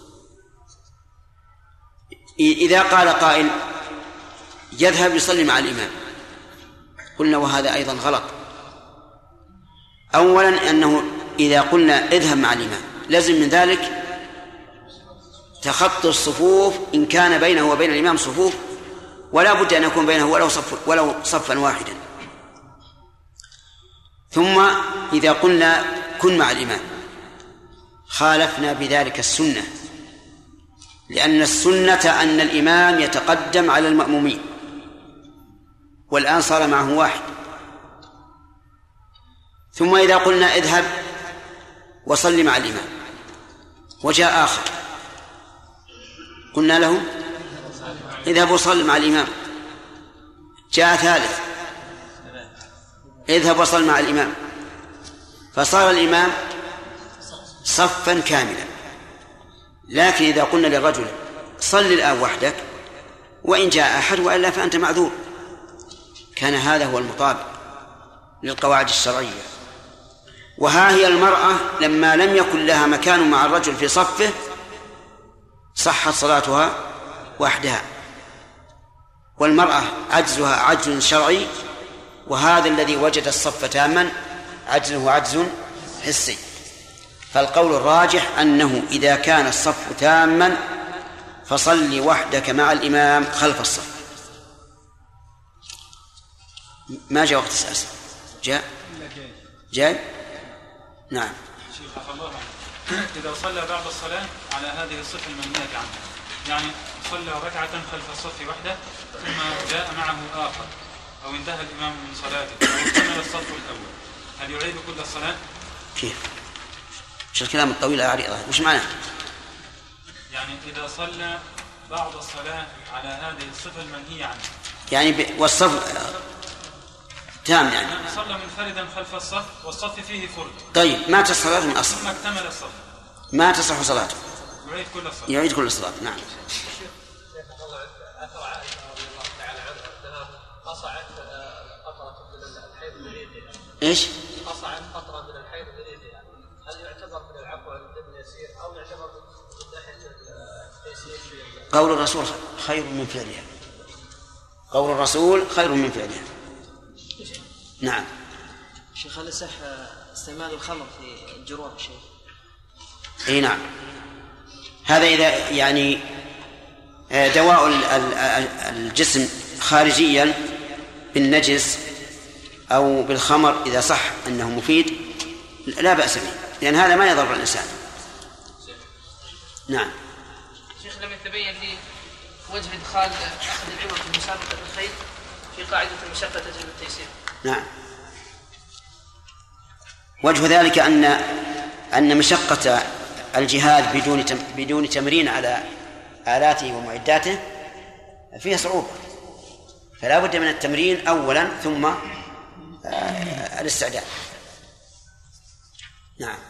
إذا قال قائل يذهب يصلي مع الإمام، قلنا وهذا أيضا غلط. أولا أنه إذا قلنا اذهب مع الإمام لازم من ذلك تخطي الصفوف إن كان بينه وبين الإمام صفوف، ولا بد أن يكون بينه ولو صف ولو صفا واحدا. ثم إذا قلنا كن مع الإمام خالفنا بذلك السنة، لأن السنة أن الإمام يتقدم على المأمومين، والآن صار معه واحد. ثم إذا قلنا اذهب وصل مع الإمام، وجاء آخر قلنا له اذهب وصل مع الإمام. جاء ثالث اذهب وصل مع الإمام، فصار الإمام صفا كاملا. لكن إذا قلنا للرجل صل الآن وحدك وإن جاء أحد وإلا فأنت معذور، كان هذا هو المطابق للقواعد الشرعية. وها هي المرأة لما لم يكن لها مكان مع الرجل في صفه صحت صلاتها وحدها، والمرأة عجزها عجز شرعي، وهذا الذي وجد الصف تاما عجزه عجز حسي. فالقول الراجح أنه إذا كان الصف تاما فصل وحدك مع الإمام خلف الصف. ما جاء وقت السادس؟ جاء جاء نعم. شيخ الله إذا صلى بعد الصلاة على هذه الصفة المنهية عنها، يعني صلى ركعة خلف الصف وحده ثم جاء معه آخر، أو انتهى الإمام من صلاته أو كمل الصف الأول، هل يعيد كل الصلاة؟ كيف؟ شو الكلام الطويل أعرضه؟ وش معناه؟ يعني إذا صلى بعض الصلاة على هذه الصفة المنهية عنها، يعني ب... والصف تام، يعني صلى منفردا خلف الصف والصف فيه فرد. طيب ما تصح صلاته من أصل، ثم اكتمل الصف ما تصح صلاته، يعيد كل الصلاة. يعيد كل الصلاة. نعم. أثر عائشة رضي الله تعالى عنها قصعت قطرة من الحيض من يدها. إيش؟ قصعت قطرة من الحيض من يدها، هل يعتبر من العفو عن الدم اليسير أو يعتبر من ناحية التيسير؟ قول الرسول خير من فعلها، قول الرسول خير من فعلها. نعم. شيخ هل يصح استعمال الخمر في الجروح شيخ؟ اي نعم، هذا إذا يعني دواء الجسم خارجيا بالنجس أو بالخمر إذا صح أنه مفيد لا بأس به، لأن هذا ما يضر الإنسان. نعم. شيخ لم يتبين لي وجه إدخال أحد العلم في مسابقة الخير في قاعدة المشقة تجلب التيسير. نعم. وجه ذلك أن أن مشقة الجهاد بدون بدون تمرين على آلاته ومعداته فيها صعوبة، فلا بد من التمرين أولا ثم الاستعداد. نعم.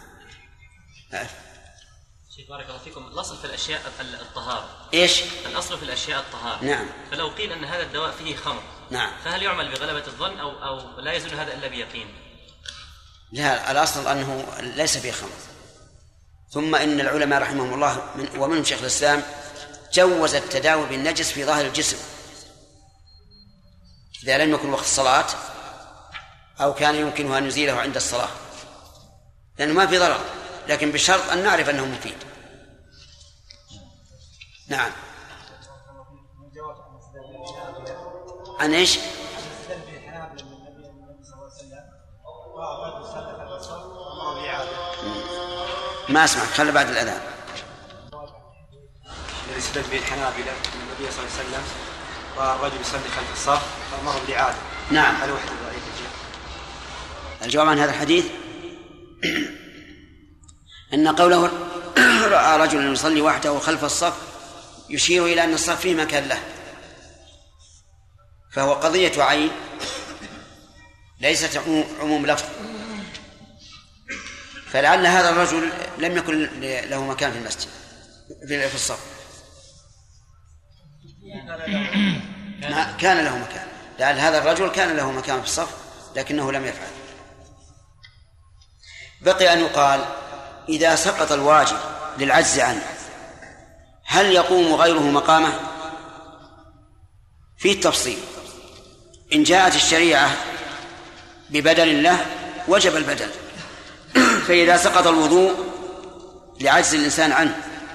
شيخ بارك الله فيكم، الأصل في الأشياء الطهارة. إيش؟ الأصل في الأشياء الطهارة. نعم. فلو قيل أن هذا الدواء فيه خمر، نعم، فهل يعمل بغلبة الظن أو أو لا يزول هذا إلا بيقين؟ لا، الأصل أنه ليس فيه خمر. ثم إن العلماء رحمهم الله من ومنهم شيخ الإسلام جوز التداوي بالنجس في ظاهر الجسم إذا لم يكن وقت الصلاة أو كان يمكنه أن يزيله عند الصلاة، لأنه ما في ضرر، لكن بشرط أن نعرف أنه مفيد. نعم. عن إيش؟ ما أسمعك، خلي بعد الأذان. الذي استدل به الحنابلة أن النبي صلى الله عليه وسلم والرجل يصلي خلف الصف فأمره بالإعادة. نعم. هل هو حديث ضعيف؟ الجواب عن هذا الحديث أن قوله رأى رجلا يصلي وحده خلف الصف يشير إلى أن الصف فيه مكان له، فهو قضية عين ليست عموم لفظ. فلعل هذا الرجل لم يكن له مكان في المسجد في الصف، كان له مكان، لعل هذا الرجل كان له مكان في الصف لكنه لم يفعل. بقي أن يقال إذا سقط الواجب للعجز عنه هل يقوم غيره مقامه؟ في التفصيل. إن جاءت الشريعة ببدل له وجب البدل، فإذا سقط الوضوء لعجز الإنسان عنه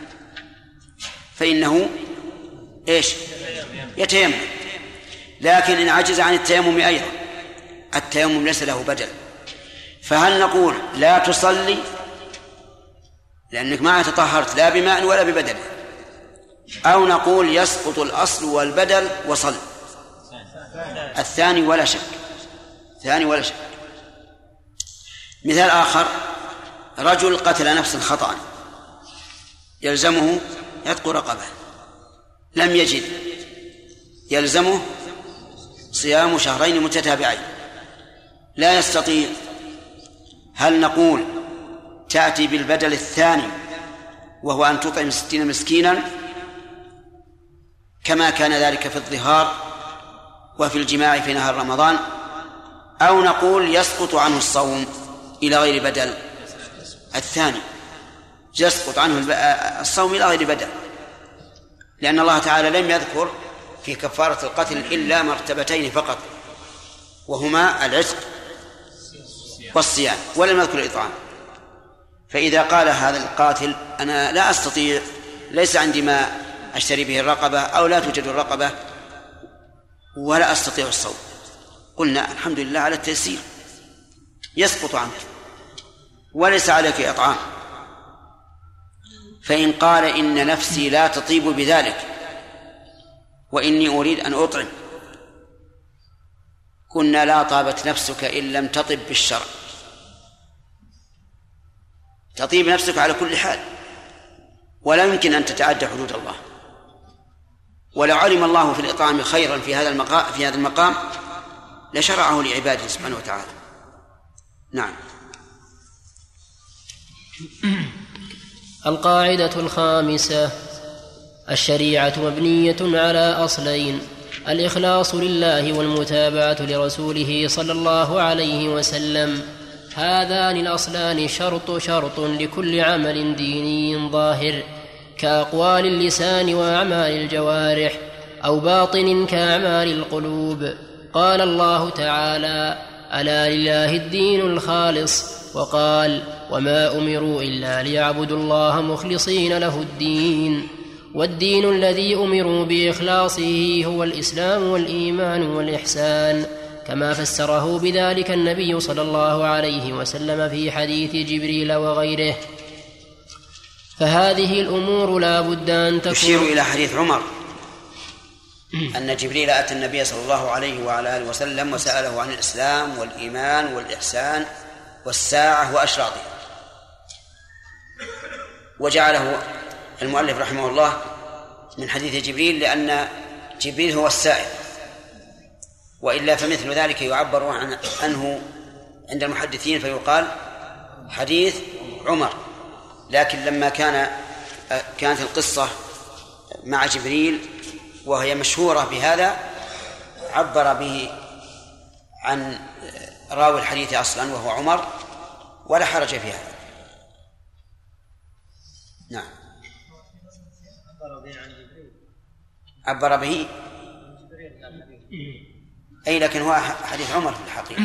فإنه إيش؟ يتيمم. لكن إن عجز عن التيمم أيضا التيمم ليس له بدل، فهل نقول لا تصلي لأنك ما تطهرت لا بماء ولا ببدل، أو نقول يسقط الأصل والبدل وصل؟ الثاني ولا شك، الثاني ولا شك. مثال آخر رجل قتل نفسا خطأ يلزمه عتق رقبة، لم يجد، يلزمه صيام شهرين متتابعين، لا يستطيع، هل نقول تأتي بالبدل الثاني وهو أن تطعم ستين مسكينا كما كان ذلك في الظهار وفي الجماع في نهار رمضان، أو نقول يسقط عنه الصوم إلى غير بدل؟ الثاني، يسقط عنه الصوم إلى غير بدل، لأن الله تعالى لم يذكر في كفارة القتل إلا مرتبتين فقط، وهما العتق والصيام، ولم يذكر الإطعام. فإذا قال هذا القاتل أنا لا أستطيع، ليس عندي ما أشتري به الرقبة أو لا توجد الرقبة ولا أستطيع الصوم، قلنا الحمد لله على التيسير، يسقط عنك وليس عليك إطعام. فإن قال إن نفسي لا تطيب بذلك وإني أريد أن أطعم، قلنا لا طابت نفسك إن لم تطب بالشرع، تطيب نفسك على كل حال، ولا يمكن أن تتعدى حدود الله. ولو علم الله في الإطعام خيرا في هذا المقام في هذا المقام لشرعه لعباده سبحانه وتعالى. نعم. القاعدة الخامسة: الشريعة مبنية على أصلين: الإخلاص لله والمتابعة لرسوله صلى الله عليه وسلم. هذان الأصلان شرط شرط لكل عمل ديني ظاهر كأقوال اللسان وأعمال الجوارح، أو باطن كأعمال القلوب. قال الله تعالى: ألا لله الدين الخالص، وقال: وما أمروا إلا ليعبدوا الله مخلصين له الدين. والدين الذي أمروا بإخلاصه هو الإسلام والإيمان والإحسان، كما فسره بذلك النبي صلى الله عليه وسلم في حديث جبريل وغيره. فهذه الأمور لا بد أن تكون. يشير إلى حديث عمر أن جبريل أتى النبي صلى الله عليه وعلى آله وسلم وسأله عن الإسلام والإيمان والإحسان والساعة وأشراطها، وجعله المؤلف رحمه الله من حديث جبريل لأن جبريل هو السائل، وإلا فمثل ذلك يعبر عنه عند المحدثين فيقال حديث عمر. لكن لما كان كانت القصة مع جبريل وهي مشهورة بهذا عبر به عن راوي الحديث أصلا وهو عمر، ولا حرج في هذا. نعم. عبر به أي لكن هو حديث عمر في الحقيقة.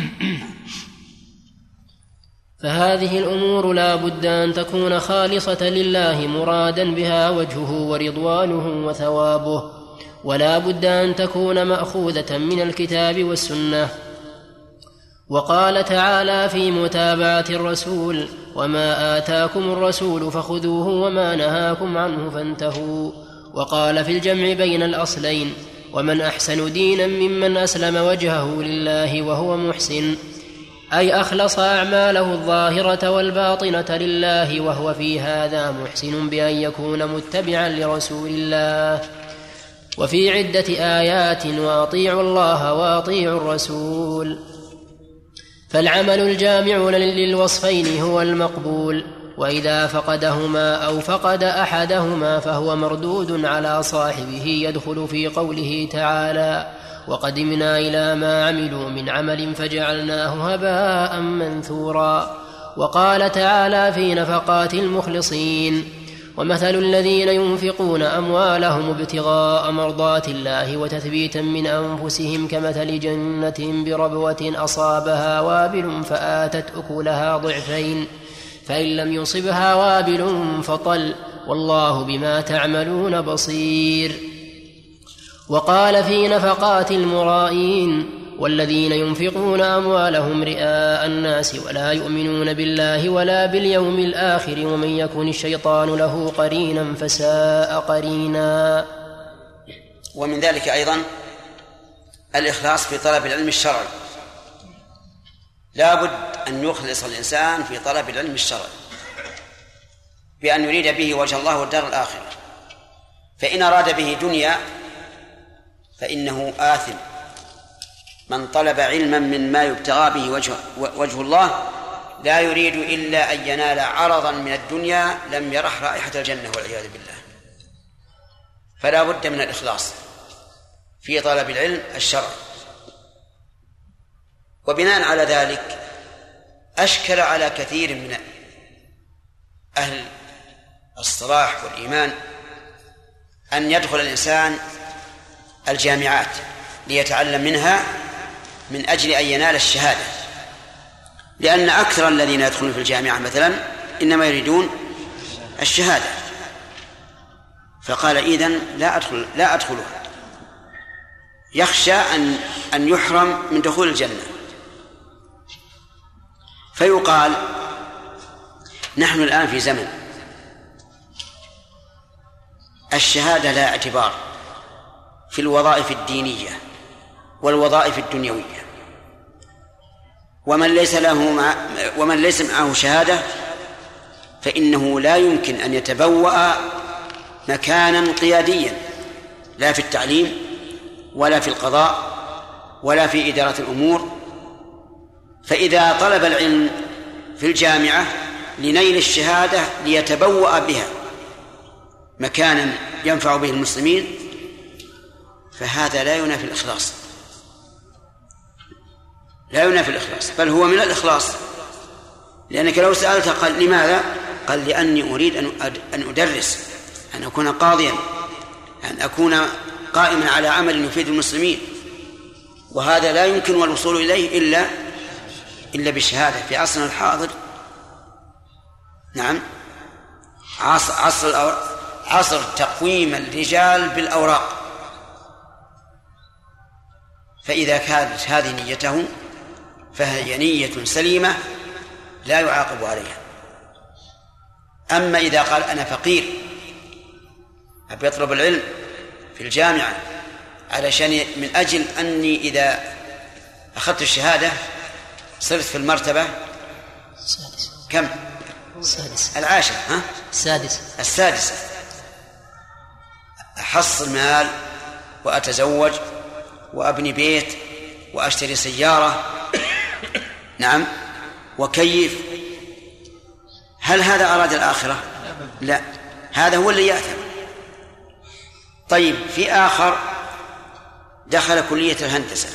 فهذه الأمور لا بد أن تكون خالصة لله مرادا بها وجهه ورضوانه وثوابه، ولا بد أن تكون مأخوذة من الكتاب والسنة. وقال تعالى في متابعة الرسول: وما آتاكم الرسول فخذوه وما نهاكم عنه فانتهوا. وقال في الجمع بين الأصلين: ومن أحسن دينا ممن أسلم وجهه لله وهو محسن، أي أخلص أعماله الظاهرة والباطنة لله، وهو في هذا محسن بأن يكون متبعا لرسول الله. وفي عدة آيات: وأطيعوا الله وأطيعوا الرسول. فالعمل الجامع للوصفين هو المقبول، وإذا فقدهما أو فقد أحدهما فهو مردود على صاحبه، يدخل في قوله تعالى: وقدمنا إلى ما عملوا من عمل فجعلناه هباء منثورا. وقال تعالى في نفقات المخلصين: ومثل الذين ينفقون أموالهم ابتغاء مرضات الله وتثبيتا من أنفسهم كمثل جنة بربوة أصابها وابل فآتت أكلها ضعفين، فإن لم يصبها وابل فطل، والله بما تعملون بصير. وقال في نفقات المرائين: والذين ينفقون أموالهم رئاء الناس ولا يؤمنون بالله ولا باليوم الآخر ومن يكن الشيطان له قرينا فساء قرينا. ومن ذلك أيضا الإخلاص في طلب العلم الشرعي، لا بد أن يخلص الإنسان في طلب العلم الشرعي بأن يريد به وجه الله والدار الآخرة. فإن أراد به دنيا فإنه آثم. من طلب علما مما يبتغى به وجه, وجه الله لا يريد إلا أن ينال عرضا من الدنيا لم يرح رائحة الجنة والعياذ بالله. فلا بد من الإخلاص في طلب العلم الشرعي. وبناء على ذلك أشكل على كثير من أهل الصلاح والإيمان أن يدخل الإنسان الجامعات ليتعلم منها من أجل أن ينال الشهادة، لأن أكثر الذين يدخلون في الجامعة مثلا إنما يريدون الشهادة. فقال إذن لا أدخل لا أدخلها، يخشى أن أن يحرم من دخول الجنة. فيقال نحن الآن في زمن الشهادة لا اعتبار في الوظائف الدينية والوظائف الدنيوية، ومن ليس له مع ومن ليس معه شهادة فإنه لا يمكن أن يتبوأ مكانا قياديا لا في التعليم ولا في القضاء ولا في إدارة الأمور. فإذا طلب العلم في الجامعة لنيل الشهادة ليتبوأ بها مكانا ينفع به المسلمين فهذا لا ينافي الإخلاص، لا ينافي الإخلاص، بل هو من الإخلاص. لأنك لو سألت قال لماذا؟ قال لأني أريد أن أدرس، أن أكون قاضيا، أن أكون قائما على عمل يفيد المسلمين، وهذا لا يمكن الوصول إليه إلا إلا بالشهادة. في عصرنا الحاضر نعم عصر عصر عصر تقويم الرجال بالأوراق، فإذا كانت هذه نيته فهي نية سليمة لا يعاقب عليها. أما إذا قال أنا فقير أبي أطلب العلم في الجامعة علشان من أجل أني إذا أخذت الشهادة صرت في المرتبة السادسة. كم؟ السادسة. العاشرة ها؟ السادسة. السادسة أحصل مال وأتزوج وأبني بيت وأشتري سيارة نعم وكيف. هل هذا أراد الآخرة؟ لا، هذا هو اللي يأثم. طيب في آخر دخل كلية الهندسة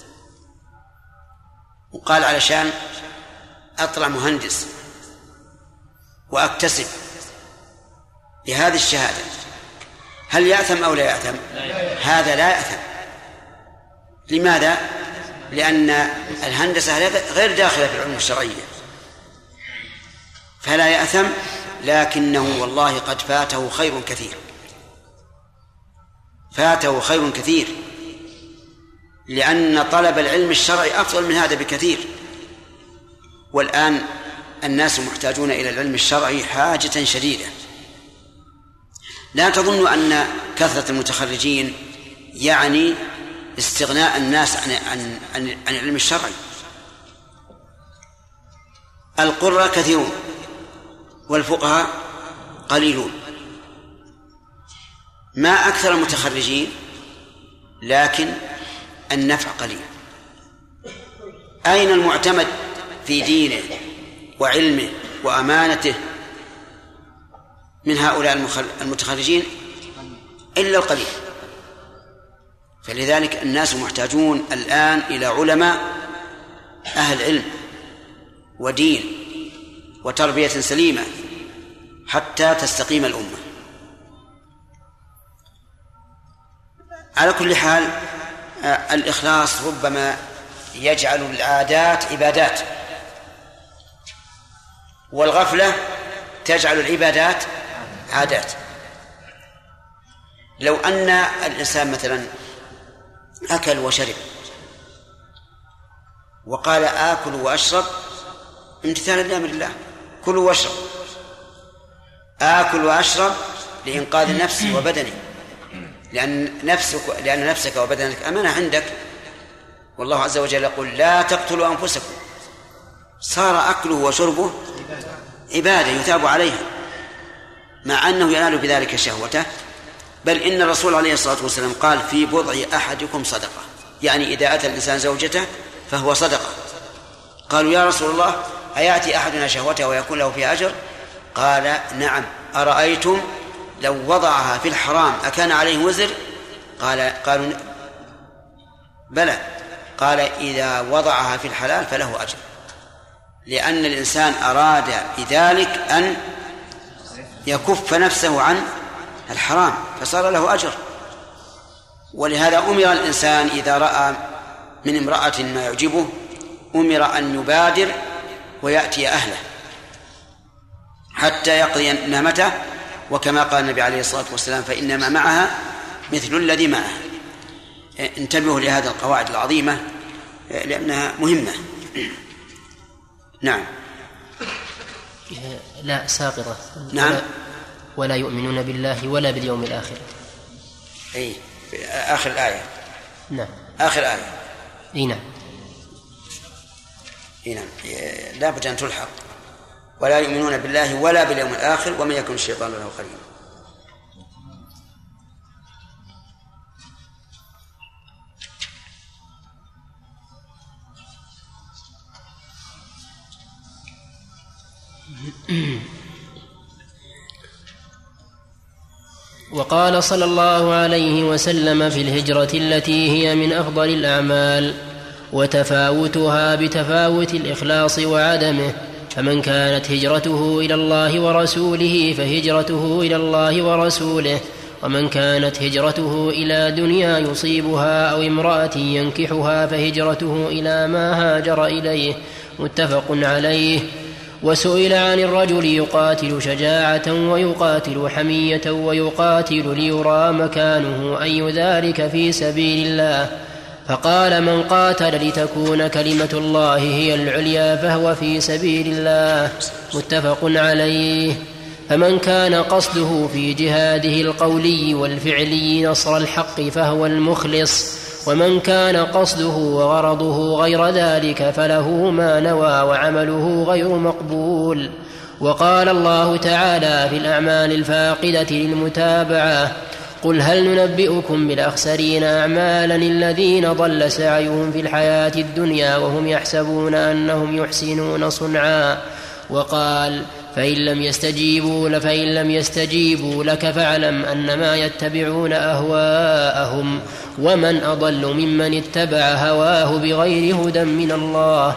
وقال علشان أطلع مهندس وأكتسب بهذه الشهادة، هل يأثم أو لا يأثم؟ هذا لا يأثم. لماذا؟ لأن الهندسة غير داخلة في العلوم الشرعية، فلا يأثم، لكنه والله قد فاته خير كثير، فاته خير كثير، لأن طلب العلم الشرعي أفضل من هذا بكثير. والآن الناس محتاجون إلى العلم الشرعي حاجة شديدة. لا تظن أن كثرة المتخرجين يعني استغناء الناس عن عن عن, عن العلم الشرعي. القراء كثيرون والفقهاء قليلون، ما أكثر المتخرجين، لكن النفع قليل. أين المعتمد في دينه وعلمه وأمانته من هؤلاء المتخرجين؟ إلا القليل. فلذلك الناس محتاجون الآن إلى علماء أهل علم ودين وتربية سليمة حتى تستقيم الأمة. على كل حال الإخلاص ربما يجعل العادات عبادات، والغفلة تجعل العبادات عادات. لو أن الإنسان مثلا أكل وشرب وقال آكل وأشرب امتثالا لأمر الله، كلوا واشرب، آكل وأشرب لإنقاذ نفسي وبدني، لأن نفسك لأن نفسك وبدنك أمانة عندك، والله عز وجل يقول لا تقتلوا أنفسكم صار أكله وشربه عبادة يثاب عليها، مع أنه ينال بذلك شهوته. بل إن الرسول عليه الصلاة والسلام قال في بضع أحدكم صدقة، يعني إذا أتى الإنسان زوجته فهو صدقة. قالوا يا رسول الله أيأتي أحدنا شهوته ويكون له فيها أجر؟ قال نعم. أرأيتم لو وضعها في الحرام أكان عليه وزر؟ قال قالوا بلى. قال إذا وضعها في الحلال فله أجر، لأن الإنسان أراد بذلك أن يكف نفسه عن الحرام فصار له أجر. ولهذا أمر الإنسان إذا رأى من امرأة ما يعجبه أمر أن يبادر ويأتي أهله حتى يقضي نعمته، وكما قال النبي عليه الصلاة والسلام فإنما معها مثل الذي معها. انتبهوا لهذه القواعد العظيمة لأنها مهمة. نعم. لا ساقطة. نعم. ولا, ولا يؤمنون بالله ولا باليوم الآخر. أي آخر الآية. نعم. آخر آية. أي نعم. أي نعم. لا بد أن تلحق. ولا يؤمنون بالله ولا باليوم الآخر ومن يكن الشيطان له قرينا. وقال صلى الله عليه وسلم في الهجرة التي هي من أفضل الأعمال وتفاوتها بتفاوت الإخلاص وعدمه، فمن كانت هجرته إلى الله ورسوله فهجرته إلى الله ورسوله، ومن كانت هجرته إلى دنيا يصيبها أو امرأة ينكحها فهجرته إلى ما هاجر إليه. متفق عليه. وسئل عن الرجل يقاتل شجاعة ويقاتل حمية ويقاتل ليرى مكانه أي ذلك في سبيل الله، فقال من قاتل لتكون كلمة الله هي العليا فهو في سبيل الله. متفق عليه. فمن كان قصده في جهاده القولي والفعلي نصر الحق فهو المخلص، ومن كان قصده وغرضه غير ذلك فله ما نوى وعمله غير مقبول. وقال الله تعالى في الأعمال الفاقدة للمتابعة قل هل ننبئكم بالأخسرين أعمالا الذين ضل سعيهم في الحياة الدنيا وهم يحسبون أنهم يحسنون صنعا. وقال فإن لم يستجيبوا فإن لم يستجيبوا لك فاعلم أنما يتبعون أهواءهم ومن أضل ممن اتبع هواه بغير هدى من الله.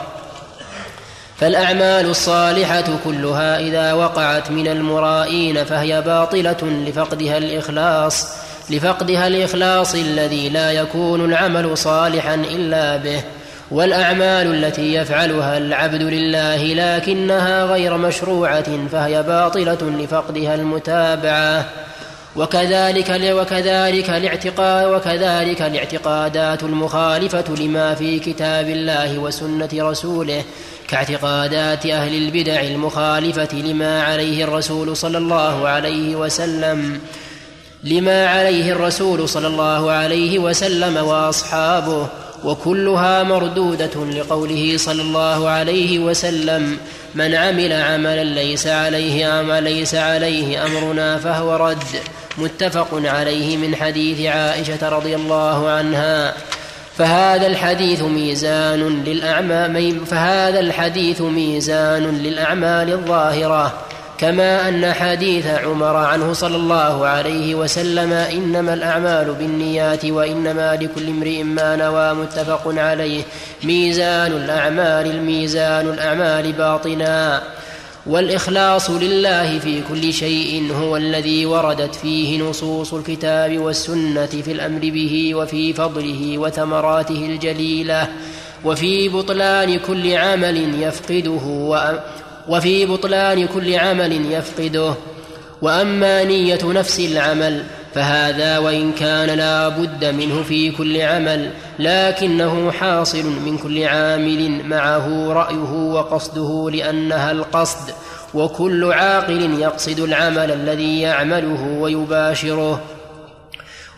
فالأعمال الصالحة كلها إذا وقعت من المرائين فهي باطلة لفقدها الإخلاص لفقدها الإخلاص الذي لا يكون العمل صالحا إلا به. والأعمال التي يفعلها العبد لله لكنها غير مشروعة فهي باطلة لفقدها المتابعة. وكذلك وكذلك الاعتقاد وكذلك الاعتقادات المخالفة لما في كتاب الله وسنة رسوله كاعتقادات أهل البدع المخالفة لما عليه الرسول صلى الله عليه وسلم لما عليه الرسول صلى الله عليه وسلم وأصحابه، وكلها مردودة لقوله صلى الله عليه وسلم من عمل عملا ليس عليه أمر ليس عليه أمرنا فهو رد. متفق عليه من حديث عائشة رضي الله عنها. فهذا الحديث ميزان للأعمال فهذا الحديث ميزان للأعمال الظاهرة، كما أن حديث عمر عنه صلى الله عليه وسلم إنما الأعمال بالنيات وإنما لكل امرئ ما نوى متفق عليه ميزان الأعمال الميزان الأعمال باطنا. والإخلاص لله في كل شيء هو الذي وردت فيه نصوص الكتاب والسنة في الأمر به وفي فضله وثمراته الجليلة، وفي بطلان كل عمل يفقده وفي بطلان كل عمل يفقده. وأما نية نفس العمل فهذا وإن كان لا بد منه في كل عمل لكنه حاصل من كل عامل معه رأيه وقصده لأنها القصد، وكل عاقل يقصد العمل الذي يعمله ويباشره.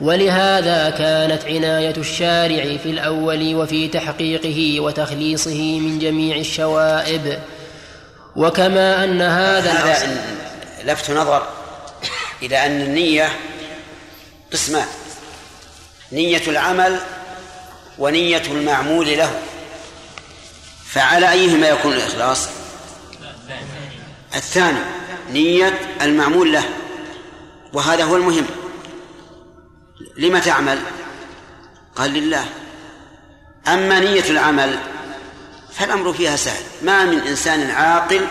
ولهذا كانت عناية الشارع في الأول وفي تحقيقه وتخليصه من جميع الشوائب. وكما أن هذا هذا لفت نظر إلى أن النية قسمان: نية العمل ونية المعمول له، فعلى أيهما يكون الإخلاص؟ الثاني، نية المعمول له، وهذا هو المهم. لما تعمل؟ قال لله. أما نية العمل فالأمر فيها سهل، ما من إنسان عاقل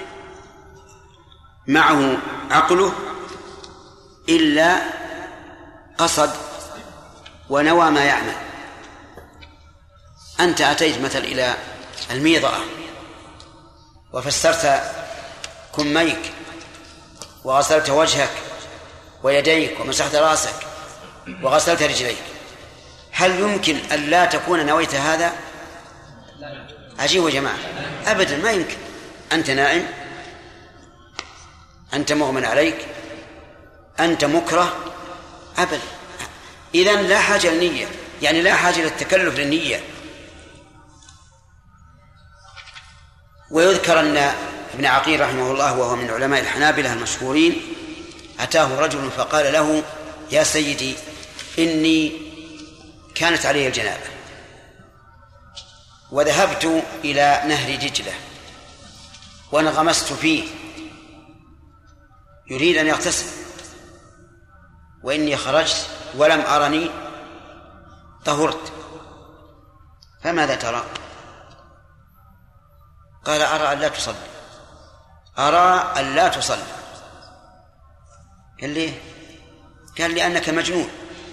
معه عقله إلا قصد ونوى ما يعمل. أنت أتيت مثلا إلى الميضأة وفسرت كميك وغسلت وجهك ويديك ومسحت رأسك وغسلت رجليك، هل يمكن أن لا تكون نويت هذا؟ عجيب يا جماعة، أبدا ما يمكن. أنت نائم، أنت مغمى عليك، أنت مكره، أبدا. إذن لا حاجة للنية، يعني لا حاجة للتكلف للنية. ويذكر أن ابن عقيل رحمه الله وهو من علماء الحنابلة المشهورين أتاه رجل فقال له: يا سيدي، إني كانت علي الجنابة وذهبت إلى نهر دجلة وانغمست فيه، يريد أن يغتسل، وإني خرجت ولم أرني طهرت، فماذا ترى؟ قال: أرى أن لا تصلي. أرى أن لا تصلي. قال ليه؟ قال: لأنك مجنون،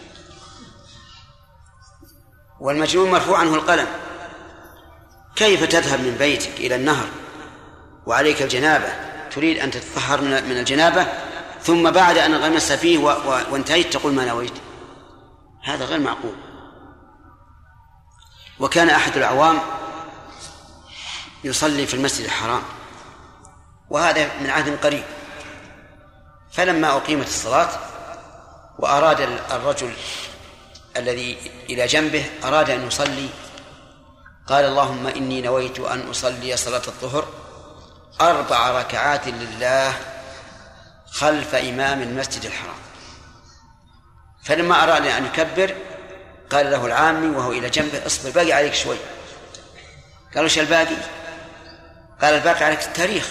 والمجنون مرفوع عنه القلم. كيف تذهب من بيتك إلى النهر وعليك الجنابة تريد أن تتطهر من الجنابة، ثم بعد أن غمست فيه وانتهيت تقول ما نويت؟ هذا غير معقول. وكان أحد العوام يصلي في المسجد الحرام، وهذا من عهد قريب، فلما أقيمت الصلاة وأراد الرجل الذي إلى جنبه أراد أن يصلي، قال: اللهم إني نويت أن أصلي صلاة الظهر أربع ركعات لله خلف إمام المسجد الحرام. فلما أراد أن يكبر قال له العامي وهو إلى جنبه: اصبر، باقي عليك شوي. قالوا: ايش الباقي؟ قال: الباقي عليك التاريخ.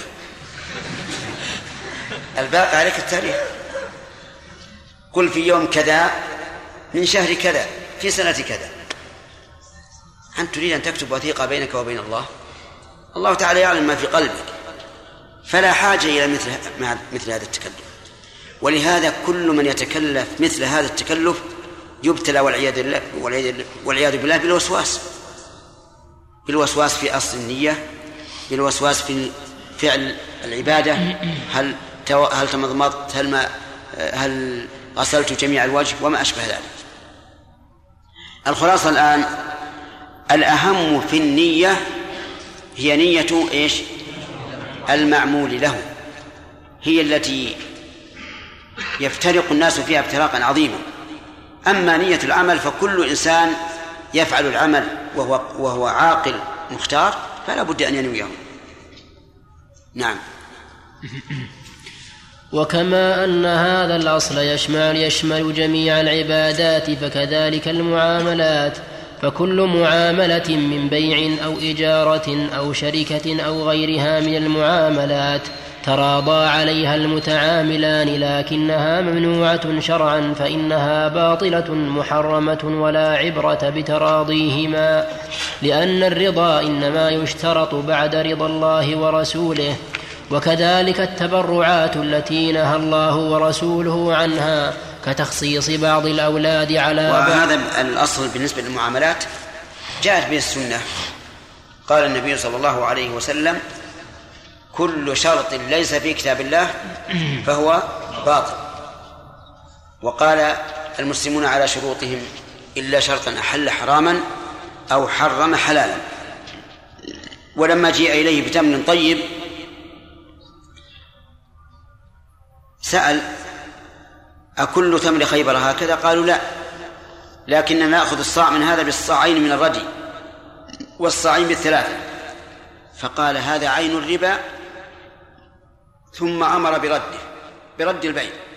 الباقي عليك التاريخ. قل في يوم كذا من شهر كذا في سنة كذا. أنت تريد أن تكتب وثيقة بينك وبين الله؟ الله تعالى يعلم ما في قلبك، فلا حاجة إلى مثل مثل هذا التكلف. ولهذا كل من يتكلف مثل هذا التكلف يبتلى والعياذ والعياذ بالله بالوسواس، بالوسواس في أصل النية، بالوسواس في فعل العبادة، هل هل تمضمضت، هل ما هل غسلت جميع الوجه، وما أشبه ذلك. الخلاصة الآن، الأهم في النية هي نية إيش؟ المعمول له، هي التي يفترق الناس فيها افتراقا عظيما. أما نية العمل فكل إنسان يفعل العمل وهو, وهو عاقل مختار فلا بد أن ينويه. نعم. وكما أن هذا الأصل يشمل, يشمل جميع العبادات فكذلك المعاملات، فكل معاملة من بيع أو إجارة أو شركة أو غيرها من المعاملات تراضى عليها المتعاملان لكنها ممنوعة شرعا فإنها باطلة محرمة ولا عبرة بتراضيهما، لأن الرضا إنما يشترط بعد رضا الله ورسوله. وكذلك التبرعات التي نهى الله ورسوله عنها كتخصيص بعض الأولاد على بعض. وهذا الأصل بالنسبة للمعاملات جاءت به السنة. قال النبي صلى الله عليه وسلم: كل شرط ليس في كتاب الله فهو باطل. وقال: المسلمون على شروطهم إلا شرطا أحل حراما أو حرم حلالا. ولما جاء إليه بتمر طيب سأل: أكل تمر خيبر هكذا؟ قالوا: لا، لكننا نأخذ الصاع من هذا بالصاعين من الردي والصاعين بالثلاثة. فقال هذا عين الربا، ثم أمر برده برد البيع.